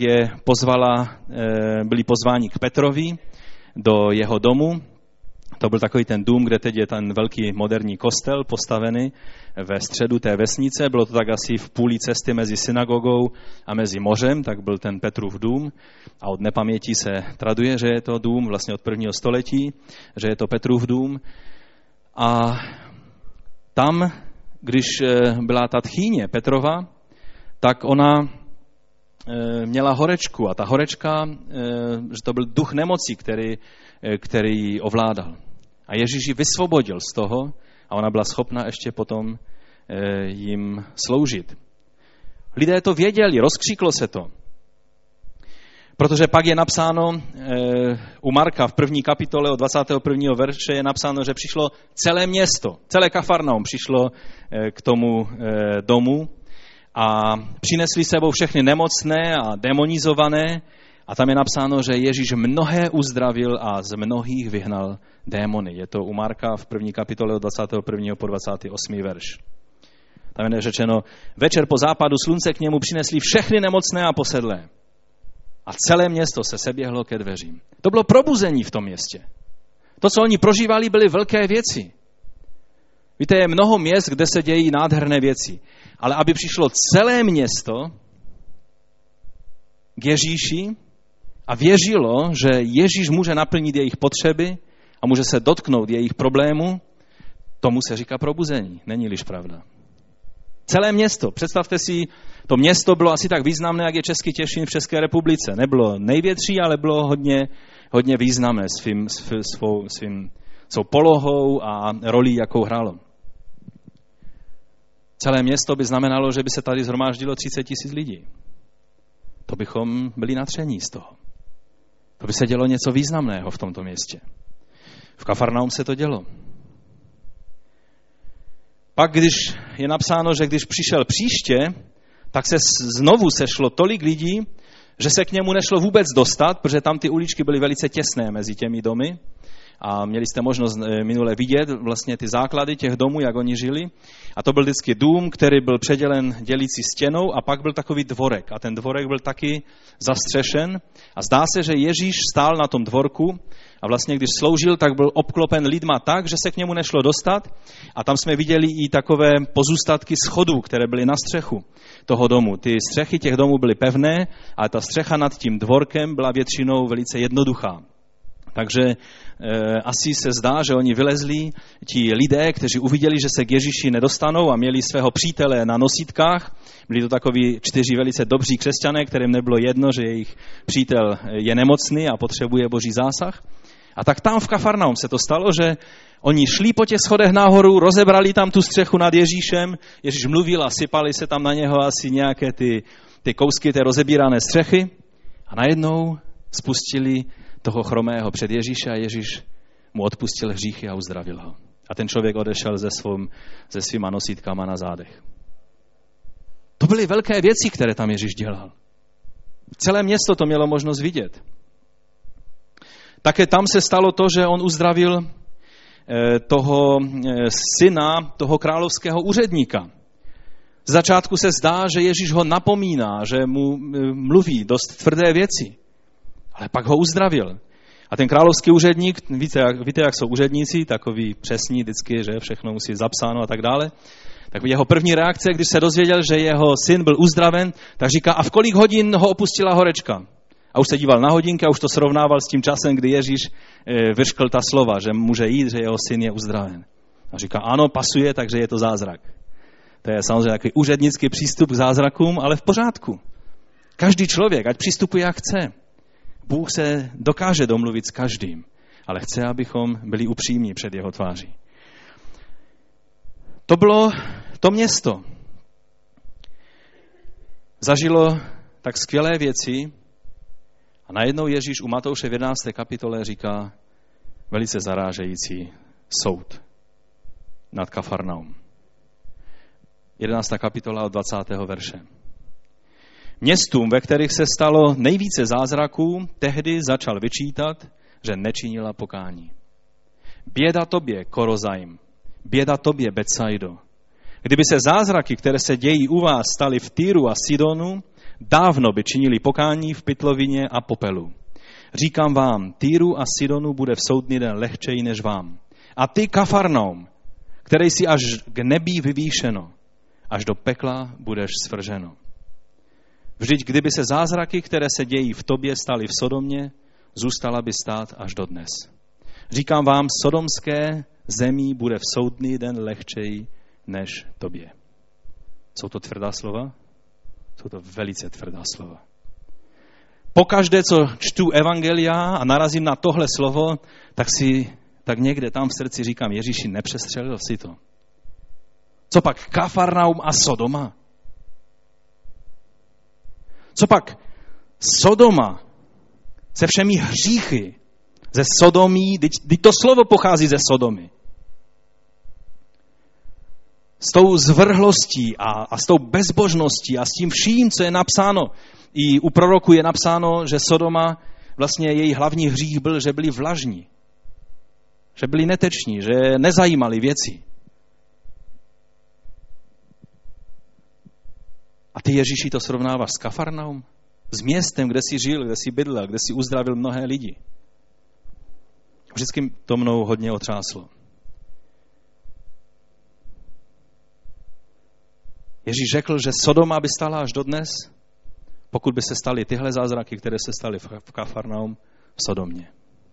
byli pozváni k Petrovi do jeho domu. To byl takový ten dům, kde teď je ten velký moderní kostel postavený ve středu té vesnice. Bylo to tak asi v půli cesty mezi synagogou a mezi mořem, tak byl ten Petrův dům. A od nepaměti se traduje, že je to dům vlastně od 1. století, že je to Petrův dům. A tam, když byla ta tchýně Petrova, tak ona měla horečku a ta horečka, že to byl duch nemoci, který ji ovládal. A Ježíš ji vysvobodil z toho a ona byla schopna ještě potom jim sloužit. Lidé to věděli, rozkříklo se to. Protože pak je napsáno u Marka v 1. kapitole od 21. verše je napsáno, že přišlo celé město, celé Kafarnaum přišlo k tomu domu a přinesli sebou všechny nemocné a demonizované a tam je napsáno, že Ježíš mnohé uzdravil a z mnohých vyhnal démony. Je to u Marka v 1. kapitole od 21. po 28. verš. Tam je řečeno, večer po západu slunce k němu přinesli všechny nemocné a posedlé. A celé město se seběhlo ke dveřím. To bylo probuzení v tom městě. To, co oni prožívali, byly velké věci. Víte, je mnoho měst, kde se dějí nádherné věci. Ale aby přišlo celé město k Ježíši a věřilo, že Ježíš může naplnit jejich potřeby a může se dotknout jejich problémů, tomu se říká probuzení. Není-liž pravda. Celé město. Představte si, to město bylo asi tak významné, jak je Český Těšín v České republice. Nebylo největší, ale bylo hodně významné svou polohou a rolí, jakou hrálo. Celé město by znamenalo, že by se tady zhromáždilo 30 000 lidí. To bychom byli natření z toho. To by se dělo něco významného v tomto městě. V Kafarnaum se to dělo. Pak, když je napsáno, že když přišel příště, tak se znovu sešlo tolik lidí, že se k němu nešlo vůbec dostat, protože tam ty uličky byly velice těsné mezi těmi domy a měli jste možnost minule vidět vlastně ty základy těch domů, jak oni žili. A to byl vždycky dům, který byl předělen dělící stěnou a pak byl takový dvorek. A ten dvorek byl taky zastřešen. A zdá se, že Ježíš stál na tom dvorku a vlastně když sloužil, tak byl obklopen lidma tak, že se k němu nešlo dostat. A tam jsme viděli i takové pozůstatky schodů, které byly na střechu toho domu. Ty střechy těch domů byly pevné, ale ta střecha nad tím dvorkem byla většinou velice jednoduchá. Takže asi se zdá, že oni vylezli, ti lidé, kteří uviděli, že se k Ježíši nedostanou a měli svého přítele na nosítkách. Byli to takoví 4 velice dobří křesťané, kterým nebylo jedno, že jejich přítel je nemocný a potřebuje boží zásah. A tak tam v Kafarnaum se to stalo, že oni šli po těch schodech nahoru, rozebrali tam tu střechu nad Ježíšem, Ježíš mluvil a sypali se tam na něho asi nějaké ty kousky té rozebírané střechy a najednou spustili toho chromého před Ježíše a Ježíš mu odpustil hříchy a uzdravil ho. A ten člověk odešel se svýma nosítkama na zádech. To byly velké věci, které tam Ježíš dělal. Celé město to mělo možnost vidět. Také tam se stalo to, že on uzdravil toho syna, toho královského úředníka. Z začátku se zdá, že Ježíš ho napomíná, že mu mluví dost tvrdé věci. Ale pak ho uzdravil. A ten královský úředník, víte, jak jsou úředníci, takový přesní vždycky, že všechno musí zapsáno a tak dále. Tak jeho první reakce, když se dozvěděl, že jeho syn byl uzdraven, tak říká, a v kolik hodin ho opustila horečka? A už se díval na hodinky a už to srovnával s tím časem, kdy Ježíš vyřkl ta slova, že může jít, že jeho syn je uzdraven. A říká, ano, pasuje, takže je to zázrak. To je samozřejmě takový úřednický přístup k zázrakům, ale v pořádku. Každý člověk, ať přistupuje jak chce. Bůh se dokáže domluvit s každým, ale chce, abychom byli upřímní před jeho tváří. To bylo to město. Zažilo tak skvělé věci a najednou Ježíš u Matouše v 11. kapitole říká velice zarážející soud nad Kafarnaum. 11. kapitola od 20. verše. Městům, ve kterých se stalo nejvíce zázraků, tehdy začal vyčítat, že nečinila pokání. Běda tobě, Korozaim, běda tobě, Betsaido. Kdyby se zázraky, které se dějí u vás, staly v Týru a Sidonu, dávno by činili pokání v pytlovině a popelu. Říkám vám, Týru a Sidonu bude v soudný den lehčej než vám. A ty, Kafarnaum, který jsi až k nebi vyvýšeno, až do pekla budeš svrženo. Vždyť kdyby se zázraky, které se dějí v tobě, staly v Sodomě, zůstala by stát až dodnes. Říkám vám, sodomské zemí bude v soudný den lehčej než tobě. Jsou to tvrdá slova? Jsou to velice tvrdá slova. Pokaždé, co čtu evangelia a narazím na tohle slovo, tak někde tam v srdci říkám, Ježíši, nepřestřelil si to. Co pak Kafarnaum a Sodoma? Co pak Sodoma se všemi hříchy ze Sodomí, teď to slovo pochází ze Sodomy. s tou zvrhlostí a s tou bezbožností a s tím vším, co je napsáno. I u proroku je napsáno, že Sodoma, vlastně její hlavní hřích byl, že byli vlažní, že byli neteční, že nezajímali věci. A ty, Ježíši, to srovnáváš s Kafarnaum? S městem, kde jsi žil, kde jsi bydlel, kde jsi uzdravil mnohé lidi. Vždycky to mnou hodně otřáslo. Ježíš řekl, že Sodoma by stála až dodnes, pokud by se staly tyhle zázraky, které se staly v Kafarnaum, v Sodomě.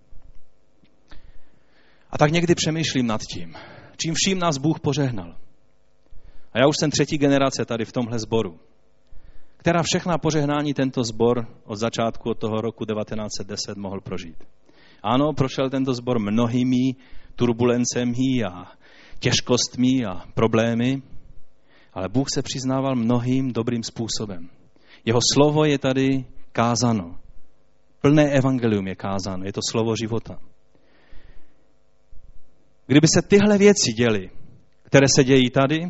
A tak někdy přemýšlím nad tím, čím vším nás Bůh požehnal. A já už jsem 3. generace tady v tomhle sboru, která všechna požehnání tento sbor od začátku, od toho roku 1910 mohl prožít. Ano, prošel tento sbor mnohými turbulencemi a těžkostmi a problémy, ale Bůh se přiznával mnohým dobrým způsobem. Jeho slovo je tady kázano. Plné evangelium je kázáno, je to slovo života. Kdyby se tyhle věci děly, které se dějí tady,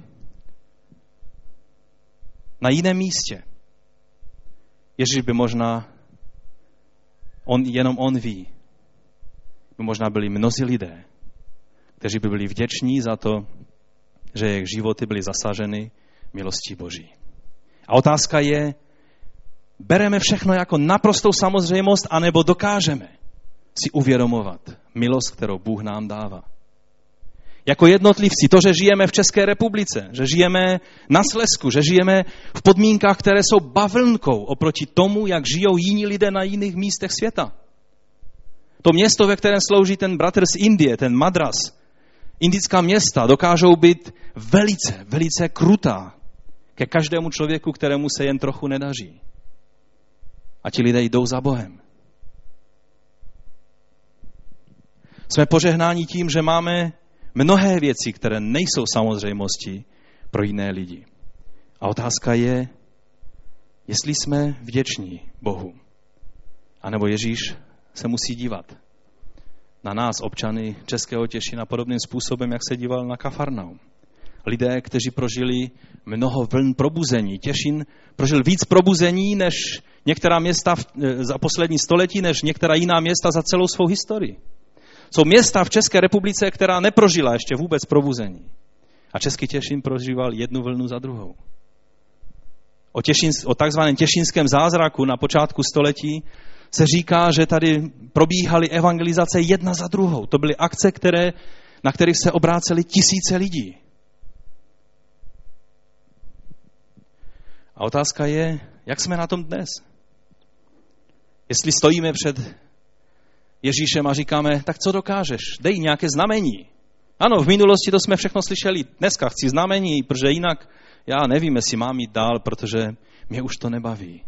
na jiném místě, Ježíš by možná, jenom on ví, by možná byli mnozí lidé, kteří by byli vděční za to, že jejich životy byly zasaženy milostí Boží. A otázka je, bereme všechno jako naprostou samozřejmost, anebo dokážeme si uvědomovat milost, kterou Bůh nám dává. Jako jednotlivci, to, že žijeme v České republice, že žijeme na Slezsku, že žijeme v podmínkách, které jsou bavlnkou oproti tomu, jak žijou jiní lidé na jiných místech světa. To město, ve kterém slouží ten bratr z Indie, ten Madras, indická města dokážou být velice, velice krutá ke každému člověku, kterému se jen trochu nedaří. A ti lidé jdou za Bohem. Jsme požehnáni tím, že máme mnohé věci, které nejsou samozřejmostí pro jiné lidi. A otázka je, jestli jsme vděční Bohu. A nebo Ježíš se musí dívat na nás, občany Českého Těšína, podobným způsobem, jak se díval na Kafarnaum. Lidé, kteří prožili mnoho vln probuzení. Těšín prožil víc probuzení než některá města za poslední století, než některá jiná města za celou svou historii. Jsou města v České republice, která neprožila ještě vůbec probuzení. A Český Těšín prožíval jednu vlnu za druhou. O takzvaném těšínském zázraku na počátku století se říká, že tady probíhaly evangelizace jedna za druhou. To byly akce, na kterých se obrácely tisíce lidí. A otázka je, jak jsme na tom dnes? Jestli stojíme před Ježíšem a říkáme, tak co dokážeš? Dej nějaké znamení. Ano, v minulosti to jsme všechno slyšeli. Dneska chci znamení, protože jinak já nevím, jestli mám jít dál, protože mě už to nebaví.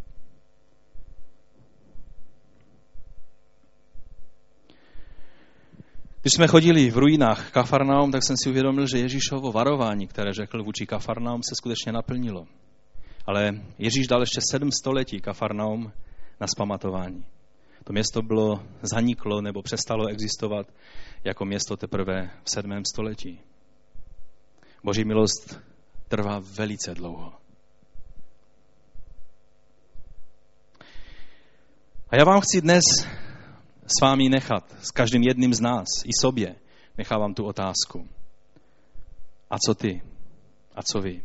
Když jsme chodili v ruinách Kafarnaum, tak jsem si uvědomil, že Ježíšovo varování, které řekl vůči Kafarnaum, se skutečně naplnilo. Ale Ježíš dal ještě 7 století Kafarnaum na zpamatování. To město bylo zaniklo nebo přestalo existovat jako město teprve v 7. století. Boží milost trvá velice dlouho. A já vám chci dnes s vámi nechat, s každým jedním z nás, i sobě, nechávám tu otázku. A co ty? A co vy?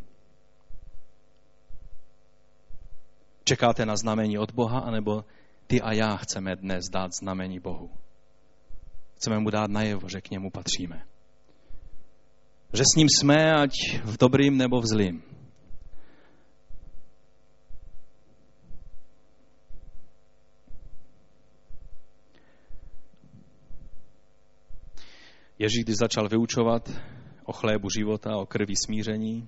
Čekáte na znamení od Boha, anebo ty a já chceme dnes dát znamení Bohu? Chceme mu dát najevo, že k němu patříme. Že s ním jsme, ať v dobrým nebo v zlým. Ježíš, když začal vyučovat o chlébu života, o krvi smíření,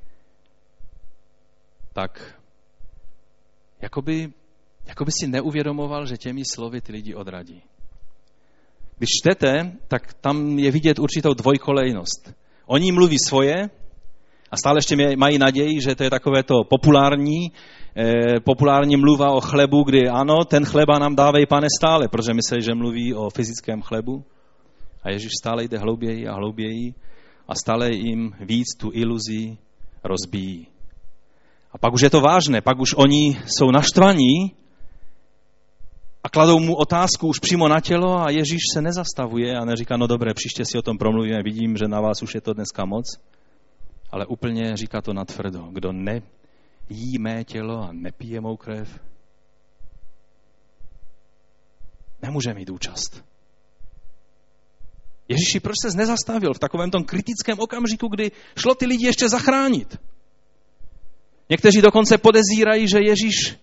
tak jakoby si neuvědomoval, že těmi slovy ty lidi odradí. Když čtete, tak tam je vidět určitou dvojkolejnost. Oni mluví svoje a stále ještě mají naději, že to je takové to populární mluva o chlebu, kdy ano, ten chleba nám dávej, Pane, stále, protože myslí, že mluví o fyzickém chlebu. A Ježíš stále jde hlouběji a hlouběji a stále jim víc tu iluzi rozbíjí. A pak už je to vážné, pak už oni jsou naštvaní a kladou mu otázku už přímo na tělo a Ježíš se nezastavuje a neříká, no dobré, příště si o tom promluvíme, vidím, že na vás už je to dneska moc, ale úplně říká to natvrdo. Kdo nejí mé tělo a nepije mou krev, nemůže mít účast. Ježíši, proč ses nezastavil v takovém tom kritickém okamžiku, kdy šlo ty lidi ještě zachránit? Někteří dokonce podezírají, že Ježíš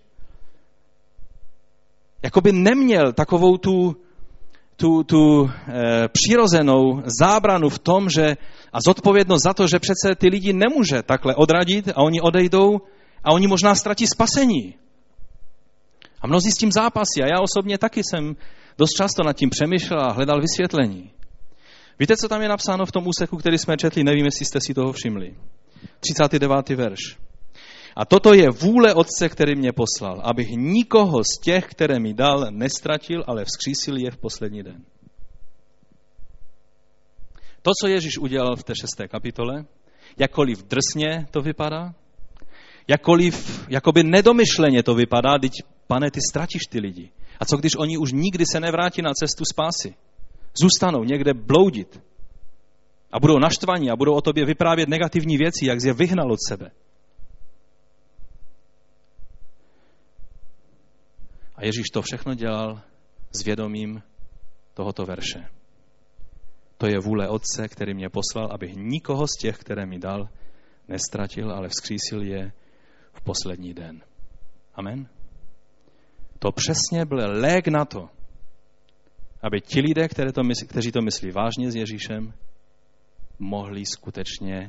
jakoby neměl takovou tu přirozenou zábranu v tom, že a zodpovědnost za to, že přece ty lidi nemůže takhle odradit a oni odejdou a oni možná ztratí spasení. A mnozí s tím zápasí a já osobně taky jsem dost často nad tím přemýšlel a hledal vysvětlení. Víte, co tam je napsáno v tom úseku, který jsme četli? Nevím, jestli jste si toho všimli. 39. verš. A toto je vůle Otce, který mě poslal, abych nikoho z těch, které mi dal, nestratil, ale vzkřísil je v poslední den. To, co Ježíš udělal v té 6. kapitole, jakkoliv drsně to vypadá, jakkoliv jakoby nedomyšleně to vypadá, teď, Pane, ty ztratíš ty lidi. A co když oni už nikdy se nevrátí na cestu spásy? Zůstanou někde bloudit a budou naštvaní a budou o tobě vyprávět negativní věci, jak jsi je vyhnal od sebe. A Ježíš to všechno dělal s vědomím tohoto verše. To je vůle Otce, který mě poslal, abych nikoho z těch, které mi dal, nestratil, ale vzkřísil je v poslední den. Amen. To přesně byl lék na to, aby ti lidé, kteří to myslí vážně s Ježíšem, mohli skutečně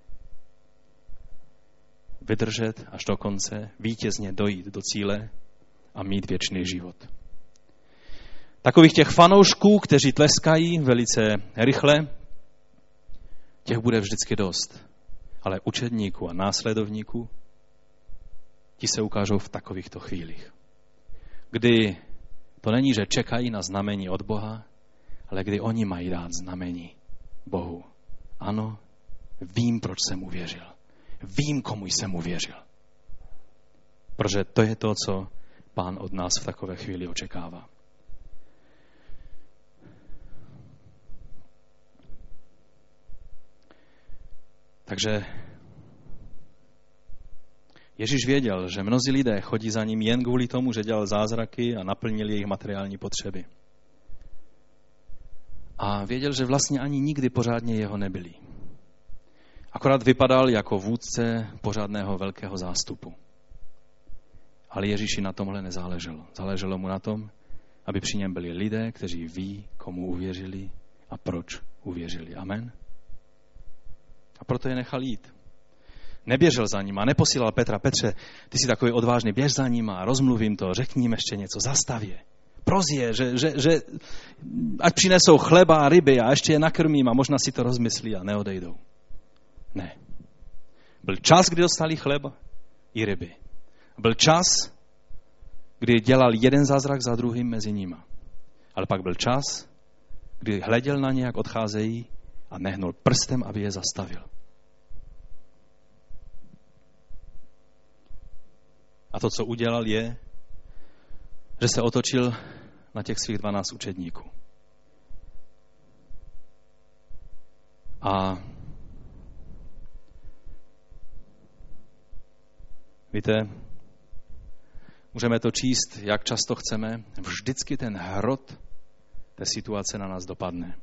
vydržet až do konce, vítězně dojít do cíle a mít věčný život. Takových těch fanoušků, kteří tleskají velice rychle, těch bude vždycky dost. Ale učedníků a následovníků, ti se ukážou v takovýchto chvílích. Kdy to není, že čekají na znamení od Boha, ale kdy oni mají dát znamení Bohu. Ano, vím, proč jsem uvěřil. Vím, komu jsem uvěřil. Protože to je to, co Pán od nás v takové chvíli očekává. Takže Ježíš věděl, že mnozí lidé chodí za ním jen kvůli tomu, že dělal zázraky a naplnil jejich materiální potřeby. A věděl, že vlastně ani nikdy pořádně jeho nebyli. Akorát vypadal jako vůdce pořádného velkého zástupu. Ale Ježíši na tomhle nezáleželo. Záleželo mu na tom, aby při něm byli lidé, kteří ví, komu uvěřili a proč uvěřili. Amen. A proto je nechal jít. Neběžel za ním a neposílal Petra. Petře, ty jsi takový odvážný, běž za ním a rozmluvím to, řekni jim ještě něco, zastav je. Prozie, že ať přinesou chleba a ryby a ještě je nakrmím a možná si to rozmyslí a neodejdou. Ne. Byl čas, kdy dostali chleba i ryby. Byl čas, kdy dělal jeden zázrak za druhým mezi nima. Ale pak byl čas, kdy hleděl na ně, jak odcházejí a nehnul prstem, aby je zastavil. A to, co udělal, je, že se otočil na těch svých 12 učedníků. A víte, můžeme to číst, jak často chceme, vždycky ten hrot té situace na nás dopadne.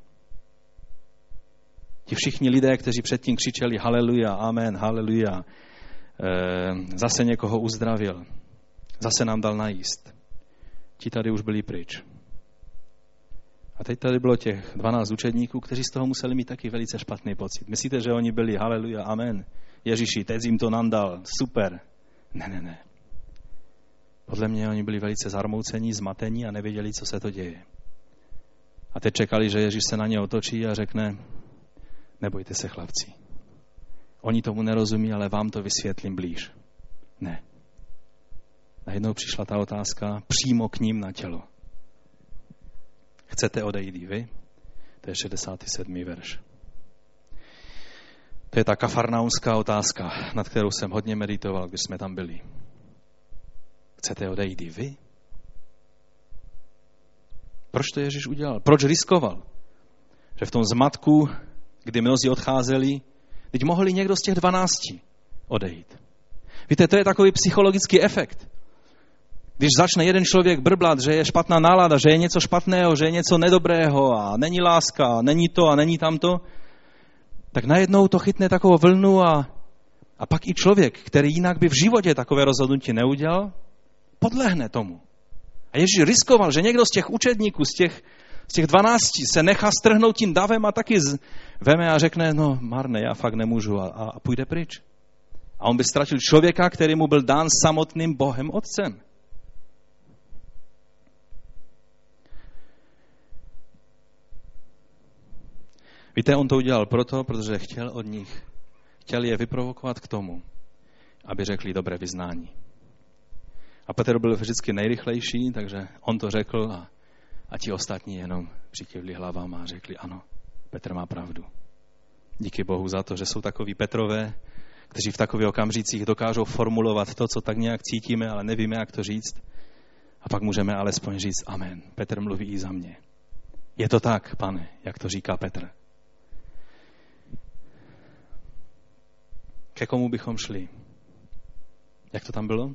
Ti všichni lidé, kteří předtím křičeli haleluja, amen, haleluja, zase někoho uzdravil, zase nám dal najíst. Ti tady už byli pryč. A teď tady bylo těch 12 učedníků, kteří z toho museli mít taky velice špatný pocit. Myslíte, že oni byli haleluja, amen, Ježíši, teď jim to nám dal, super. Ne. Podle mě oni byli velice zarmoucení, zmatení a nevěděli, co se to děje. A teď čekali, že Ježíš se na ně otočí a řekne, nebojte se, chlapci. Oni tomu nerozumí, ale vám to vysvětlím blíž. Ne. Najednou přišla ta otázka přímo k ním na tělo. Chcete odejít i vy? To je 67. verš. To je ta kafarnaunská otázka, nad kterou jsem hodně meditoval, když jsme tam byli. Chcete odejít i vy? Proč to Ježíš udělal? Proč riskoval? Že v tom zmatku, kdy mnozí odcházeli, teď mohli někdo z těch 12 odejít. Víte, to je takový psychologický efekt. Když začne jeden člověk brblat, že je špatná nálada, že je něco špatného, že je něco nedobrého a není láska, a není to a není tamto, tak najednou to chytne takovou vlnu a pak i člověk, který jinak by v životě takové rozhodnutí neudělal, podlehne tomu. A Ježíš riskoval, že někdo z těch učedníků, z těch 12 se nechá strhnout tím davem a taky veme a řekne, no marné, já fakt nemůžu a půjde pryč. A on by ztratil člověka, který mu byl dán samotným Bohem Otcem. Víte, on to udělal protože chtěl je vyprovokovat k tomu, aby řekli dobré vyznání. A Petr byl vždycky nejrychlejší, takže on to řekl a ti ostatní jenom přikývli hlavama a řekli ano, Petr má pravdu. Díky Bohu za to, že jsou takoví Petrové, kteří v takových okamžicích dokážou formulovat to, co tak nějak cítíme, ale nevíme, jak to říct. A pak můžeme alespoň říct amen. Petr mluví i za mě. Je to tak, Pane, jak to říká Petr. Ke komu bychom šli? Jak to tam bylo?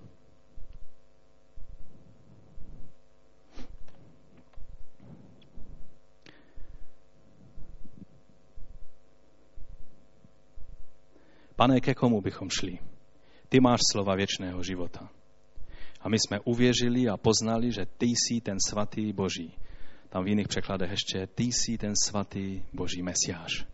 Pane, ke komu bychom šli? Ty máš slova věčného života. A my jsme uvěřili a poznali, že ty jsi ten svatý Boží. Tam v jiných překladech ještě, ty jsi ten svatý Boží Mesiáš.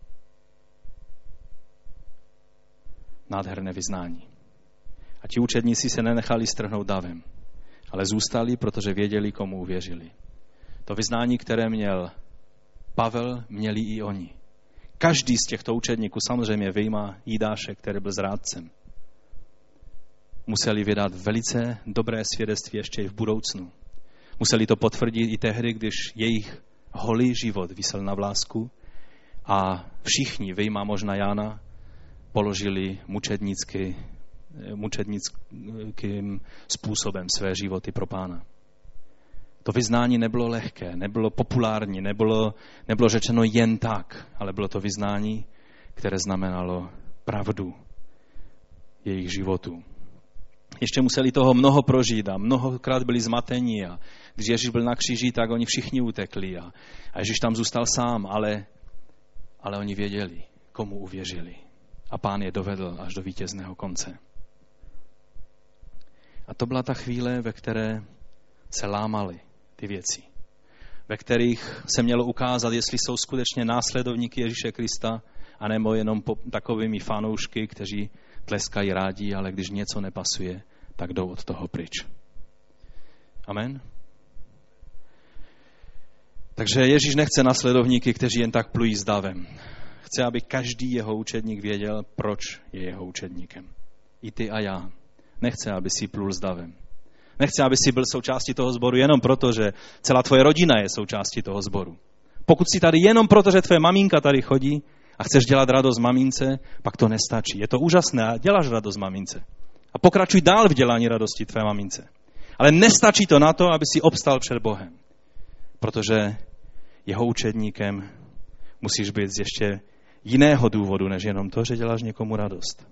Nádherné vyznání. A ti učedníci se nenechali strhnout davem, ale zůstali, protože věděli, komu uvěřili. To vyznání, které měl Pavel, měli i oni. Každý z těchto učedníků, samozřejmě vyjma Jidáše, který byl zrádcem, museli vydat velice dobré svědectví ještě i v budoucnu. Museli to potvrdit i tehdy, když jejich holý život visel na vlásku a všichni, vyjma možná Jána, položili mučednickým způsobem své životy pro Pána. To vyznání nebylo lehké, nebylo populární, nebylo řečeno jen tak, ale bylo to vyznání, které znamenalo pravdu jejich životů. Ještě museli toho mnoho prožít a mnohokrát byli zmateni a když Ježíš byl na kříži, tak oni všichni utekli a Ježíš tam zůstal sám, ale oni věděli, komu uvěřili. A Pán je dovedl až do vítězného konce. A to byla ta chvíle, ve které se lámaly ty věci, ve kterých se mělo ukázat, jestli jsou skutečně následovníky Ježíše Krista, anebo jenom takovými fanoušky, kteří tleskají rádi, ale když něco nepasuje, tak jdou od toho pryč. Amen? Takže Ježíš nechce následovníky, kteří jen tak plují s davem. Chce, aby každý jeho učedník věděl, proč je jeho učedníkem. I ty a já. Nechce, aby si plul s davem. Nechce, aby si byl součástí toho sboru jenom proto, že celá tvoje rodina je součástí toho sboru. Pokud jsi tady jenom proto, že tvoje maminka tady chodí a chceš dělat radost mamince, pak to nestačí. Je to úžasné a děláš radost mamince. A pokračuj dál v dělání radosti tvé mamince. Ale nestačí to na to, aby si obstal před Bohem. Protože jeho učedníkem musíš být z ještě jiného důvodu, než jenom to, že děláš někomu radost.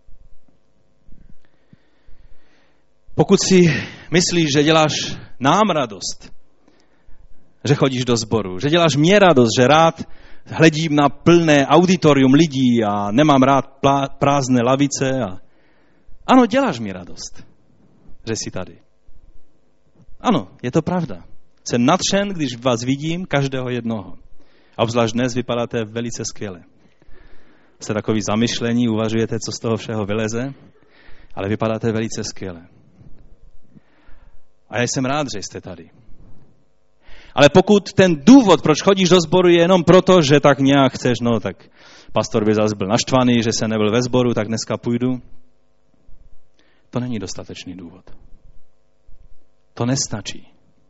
Pokud si myslíš, že děláš nám radost, že chodíš do sboru, že děláš mě radost, že rád hledím na plné auditorium lidí a nemám rád prázdné lavice. Ano, děláš mi radost, že jsi tady. Ano, je to pravda. Jsem nadšen, když vás vidím, každého jednoho. A obzvlášť dnes vypadáte velice skvěle. Jste takový zamyšlení, uvažujete, co z toho všeho vyleze, ale vypadáte velice skvěle. A já jsem rád, že jste tady. Ale pokud ten důvod, proč chodíš do sboru, je jenom proto, že tak nějak chceš, no tak pastor by zase byl naštvaný, že se nebyl ve sboru, tak dneska půjdu. To není dostatečný důvod. To nestačí.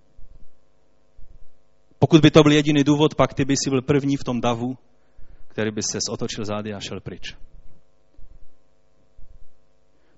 Pokud by to byl jediný důvod, pak ty by si byl první v tom davu, který by se otočil zády a šel pryč.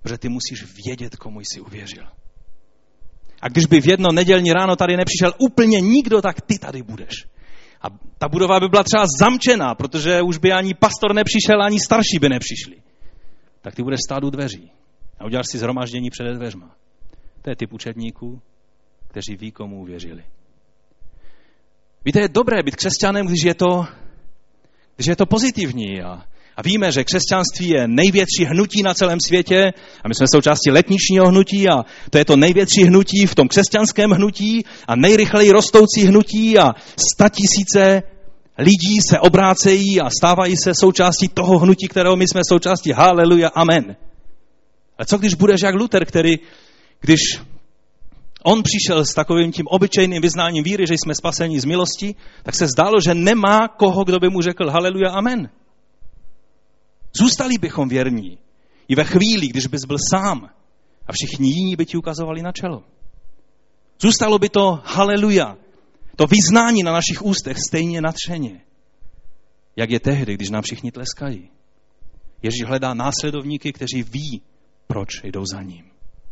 Protože ty musíš vědět, komu jsi uvěřil. A když by v jedno nedělní ráno tady nepřišel úplně nikdo, tak ty tady budeš. A ta budova by byla třeba zamčená, protože už by ani pastor nepřišel, ani starší by nepřišli. Tak ty budeš stát u dveří a uděláš si shromáždění před dveřma. To je typ učedníků, kteří ví, komu uvěřili. Víte, je dobré být křesťanem, když je to pozitivní. A víme, že křesťanství je největší hnutí na celém světě a my jsme součástí letničního hnutí a to je to největší hnutí v tom křesťanském hnutí a nejrychleji rostoucí hnutí a 100 000 lidí se obrácejí a stávají se součástí toho hnutí, kterého my jsme součástí. Haleluja, amen. A co když budeš jak Luther, když on přišel s takovým tím obyčejným vyznáním víry, že jsme spaseni z milosti, tak se zdálo, že nemá koho, kdo by mu řekl haleluja, amen. Zůstali bychom věrní i ve chvíli, když bys byl sám a všichni jiní by ti ukazovali na čelo. Zůstalo by to haleluja, to vyznání na našich ústech stejně nadšeně, jak je tehdy, když nám všichni tleskají. Ježíš hledá následovníky, kteří ví, proč jdou za ním.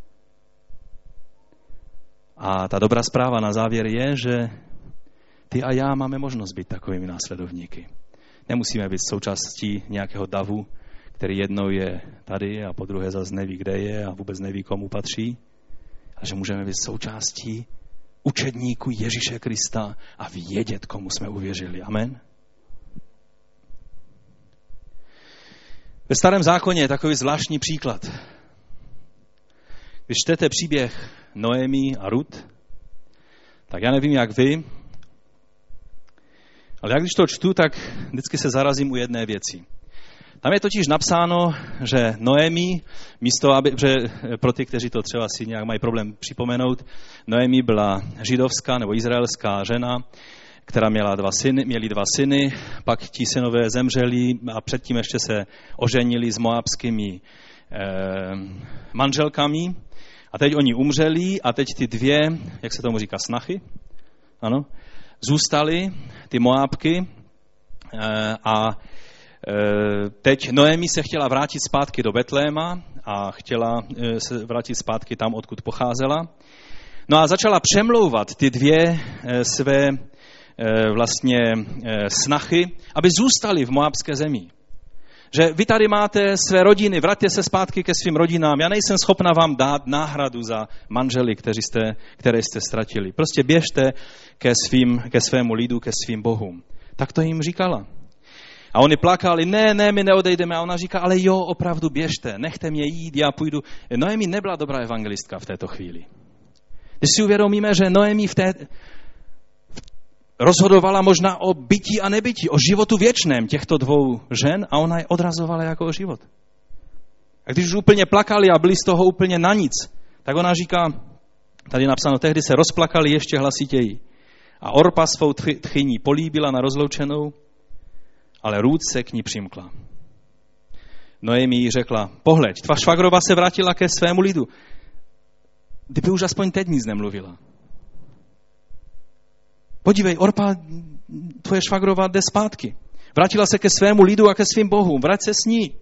A ta dobrá zpráva na závěr je, že ty a já máme možnost být takovými následovníky. Nemusíme být součástí nějakého davu, který jednou je tady a po druhé zase neví, kde je a vůbec neví, komu patří. Ale že můžeme být součástí učedníků Ježíše Krista a vědět, komu jsme uvěřili. Amen. Ve Starém zákoně je takový zvláštní příklad. Když čtete příběh Noemi a Rut, tak já nevím, jak vy, ale jak když to čtu, tak vždycky se zarazím u jedné věci. Tam je totiž napsáno, že Noemi, že pro ty, kteří to třeba si nějak mají problém připomenout, Noemi byla židovská nebo izraelská žena, která měli dva syny, pak ti synové zemřeli a předtím ještě se oženili s moabskými manželkami. A teď oni umřeli a teď ty dvě, jak se tomu říká, snachy, ano, zůstaly, ty Moábky, a teď Noemi se chtěla vrátit zpátky do Betléma a chtěla se vrátit zpátky tam, odkud pocházela. No a začala přemlouvat ty dvě své vlastně snachy, aby zůstaly v moabské zemi. Že vy tady máte své rodiny, vraťte se zpátky ke svým rodinám. Já nejsem schopna vám dát náhradu za manžely, které jste ztratili. Prostě běžte ke svému lidu, ke svým bohům. Tak to jim říkala. A oni plakali, ne, my neodejdeme. A ona říká, ale jo, opravdu běžte, nechte mě jít, já půjdu. Noemi nebyla dobrá evangelistka v této chvíli. Když si uvědomíme, že Noemi rozhodovala možná o bytí a nebytí, o životu věčném těchto dvou žen a ona je odrazovala jako o život. A když už úplně plakali a byli z toho úplně na nic, tak ona říká, tady je napsáno, tehdy se rozplakali ještě hlasitěji. A Orpa svou tchyní políbila na rozloučenou, ale Rút se k ní přimkla. Noemi jí řekla, pohleď, tvá švagrova se vrátila ke svému lidu. Kdyby už aspoň teď nic nemluvila. Podívej, Orpa, tvoje švagrova jde zpátky. Vrátila se ke svému lidu a ke svým bohům. Vrať se s ní.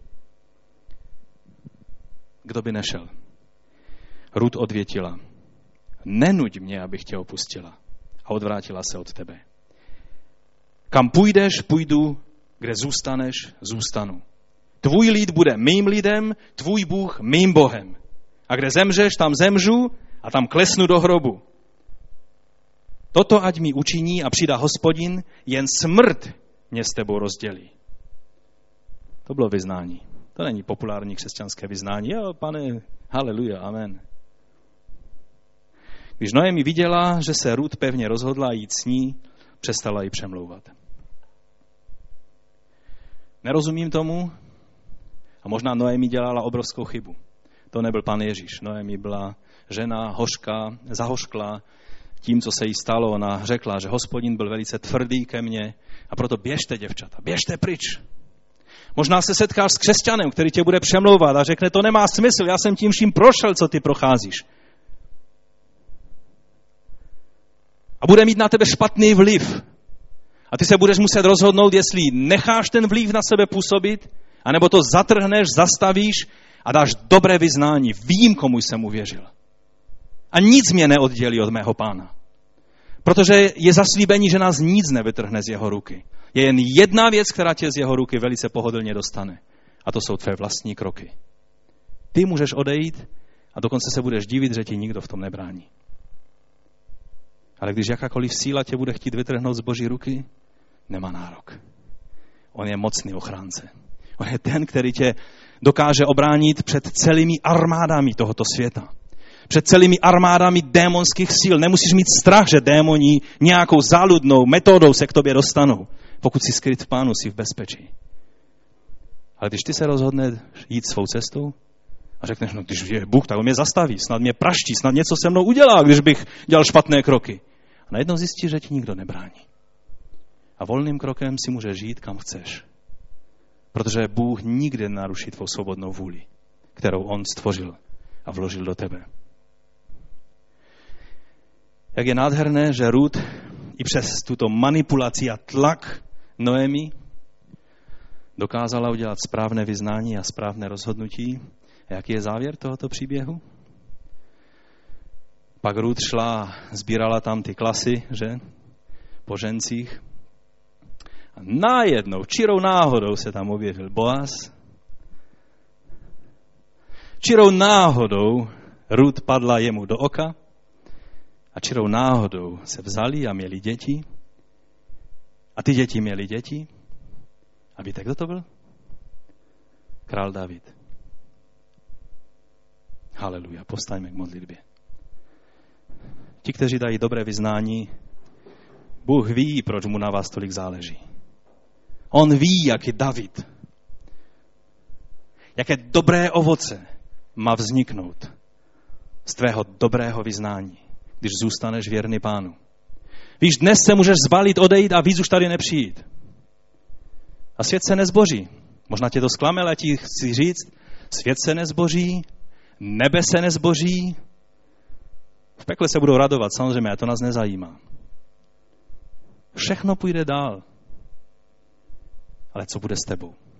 Kdo by nešel? Rut odvětila. Nenuď mě, abych tě opustila. A odvrátila se od tebe. Kam půjdeš, půjdu. Kde zůstaneš, zůstanu. Tvůj lid bude mým lidem, tvůj Bůh mým Bohem. A kde zemřeš, tam zemřu a tam klesnu do hrobu. Toto ať mi učiní a přidá Hospodin, jen smrt mě s tebou rozdělí. To bylo vyznání. To není populární křesťanské vyznání. Jo, pane, haleluja, amen. Když Noemi viděla, že se Rut pevně rozhodla jít s ní, přestala ji přemlouvat. Nerozumím tomu a možná Noemi dělala obrovskou chybu. To nebyl pan Ježíš. Noemi byla žena hořká, zahořklá tím, co se jí stalo. Ona řekla, že Hospodin byl velice tvrdý ke mně a proto běžte, děvčata, běžte pryč. Možná se setkáš s křesťanem, který tě bude přemlouvat a řekne, to nemá smysl, já jsem tím vším prošel, co ty procházíš. A bude mít na tebe špatný vliv. A ty se budeš muset rozhodnout, jestli necháš ten vliv na sebe působit, anebo to zatrhneš, zastavíš a dáš dobré vyznání, vím, komu jsem uvěřil. A nic mě neoddělí od mého Pána. Protože je zaslíbení, že nás nic nevytrhne z jeho ruky. Je jen jedna věc, která tě z jeho ruky velice pohodlně dostane. A to jsou tvé vlastní kroky. Ty můžeš odejít a dokonce se budeš divit, že ti nikdo v tom nebrání. Ale když jakákoliv síla tě bude chtít vytrhnout z Boží ruky, nemá nárok. On je mocný ochránce. On je ten, který tě dokáže obránit před celými armádami tohoto světa. Před celými armádami démonských sil. Nemusíš mít strach, že démoni nějakou záludnou metodou se k tobě dostanou. Pokud jsi skryt v Pánu, jsi v bezpečí. Ale když ty se rozhodneš jít svou cestou a řekneš, no když je Bůh, tak on mě zastaví, snad mě praští, snad něco se mnou udělá, když bych dělal špatné kroky. A najednou zjistíš, že ti nikdo nebrání. A volným krokem si můžeš žít, kam chceš. Protože Bůh nikdy nenaruší tvou svobodnou vůli, kterou on stvořil a vložil do tebe. Jak je nádherné, že Rut i přes tuto manipulaci a tlak Noemi dokázala udělat správné vyznání a správné rozhodnutí. A jaký je závěr tohoto příběhu? Pak Rut šla, sbírala tam ty klasy, že? Po žencích. A najednou, čirou náhodou se tam objevil Boaz. Čirou náhodou Rut padla jemu do oka a čirou náhodou se vzali a měli děti. A ty děti měly děti. A víte, kdo to byl? Král David. Haleluja, povstaňme k modlitbě. Ti, kteří dají dobré vyznání, Bůh ví, proč mu na vás tolik záleží. On ví, jak je David. Jaké dobré ovoce má vzniknout z tvého dobrého vyznání, když zůstaneš věrný Pánu. Víš, dnes se můžeš zbalit, odejít a víc už tady nepřijít. A svět se nezboří. Možná tě to zklame, ale ti chci říct, svět se nezboří, nebe se nezboří. V pekle se budou radovat, samozřejmě, a to nás nezajímá. Všechno půjde dál. Ale co bude s tebou?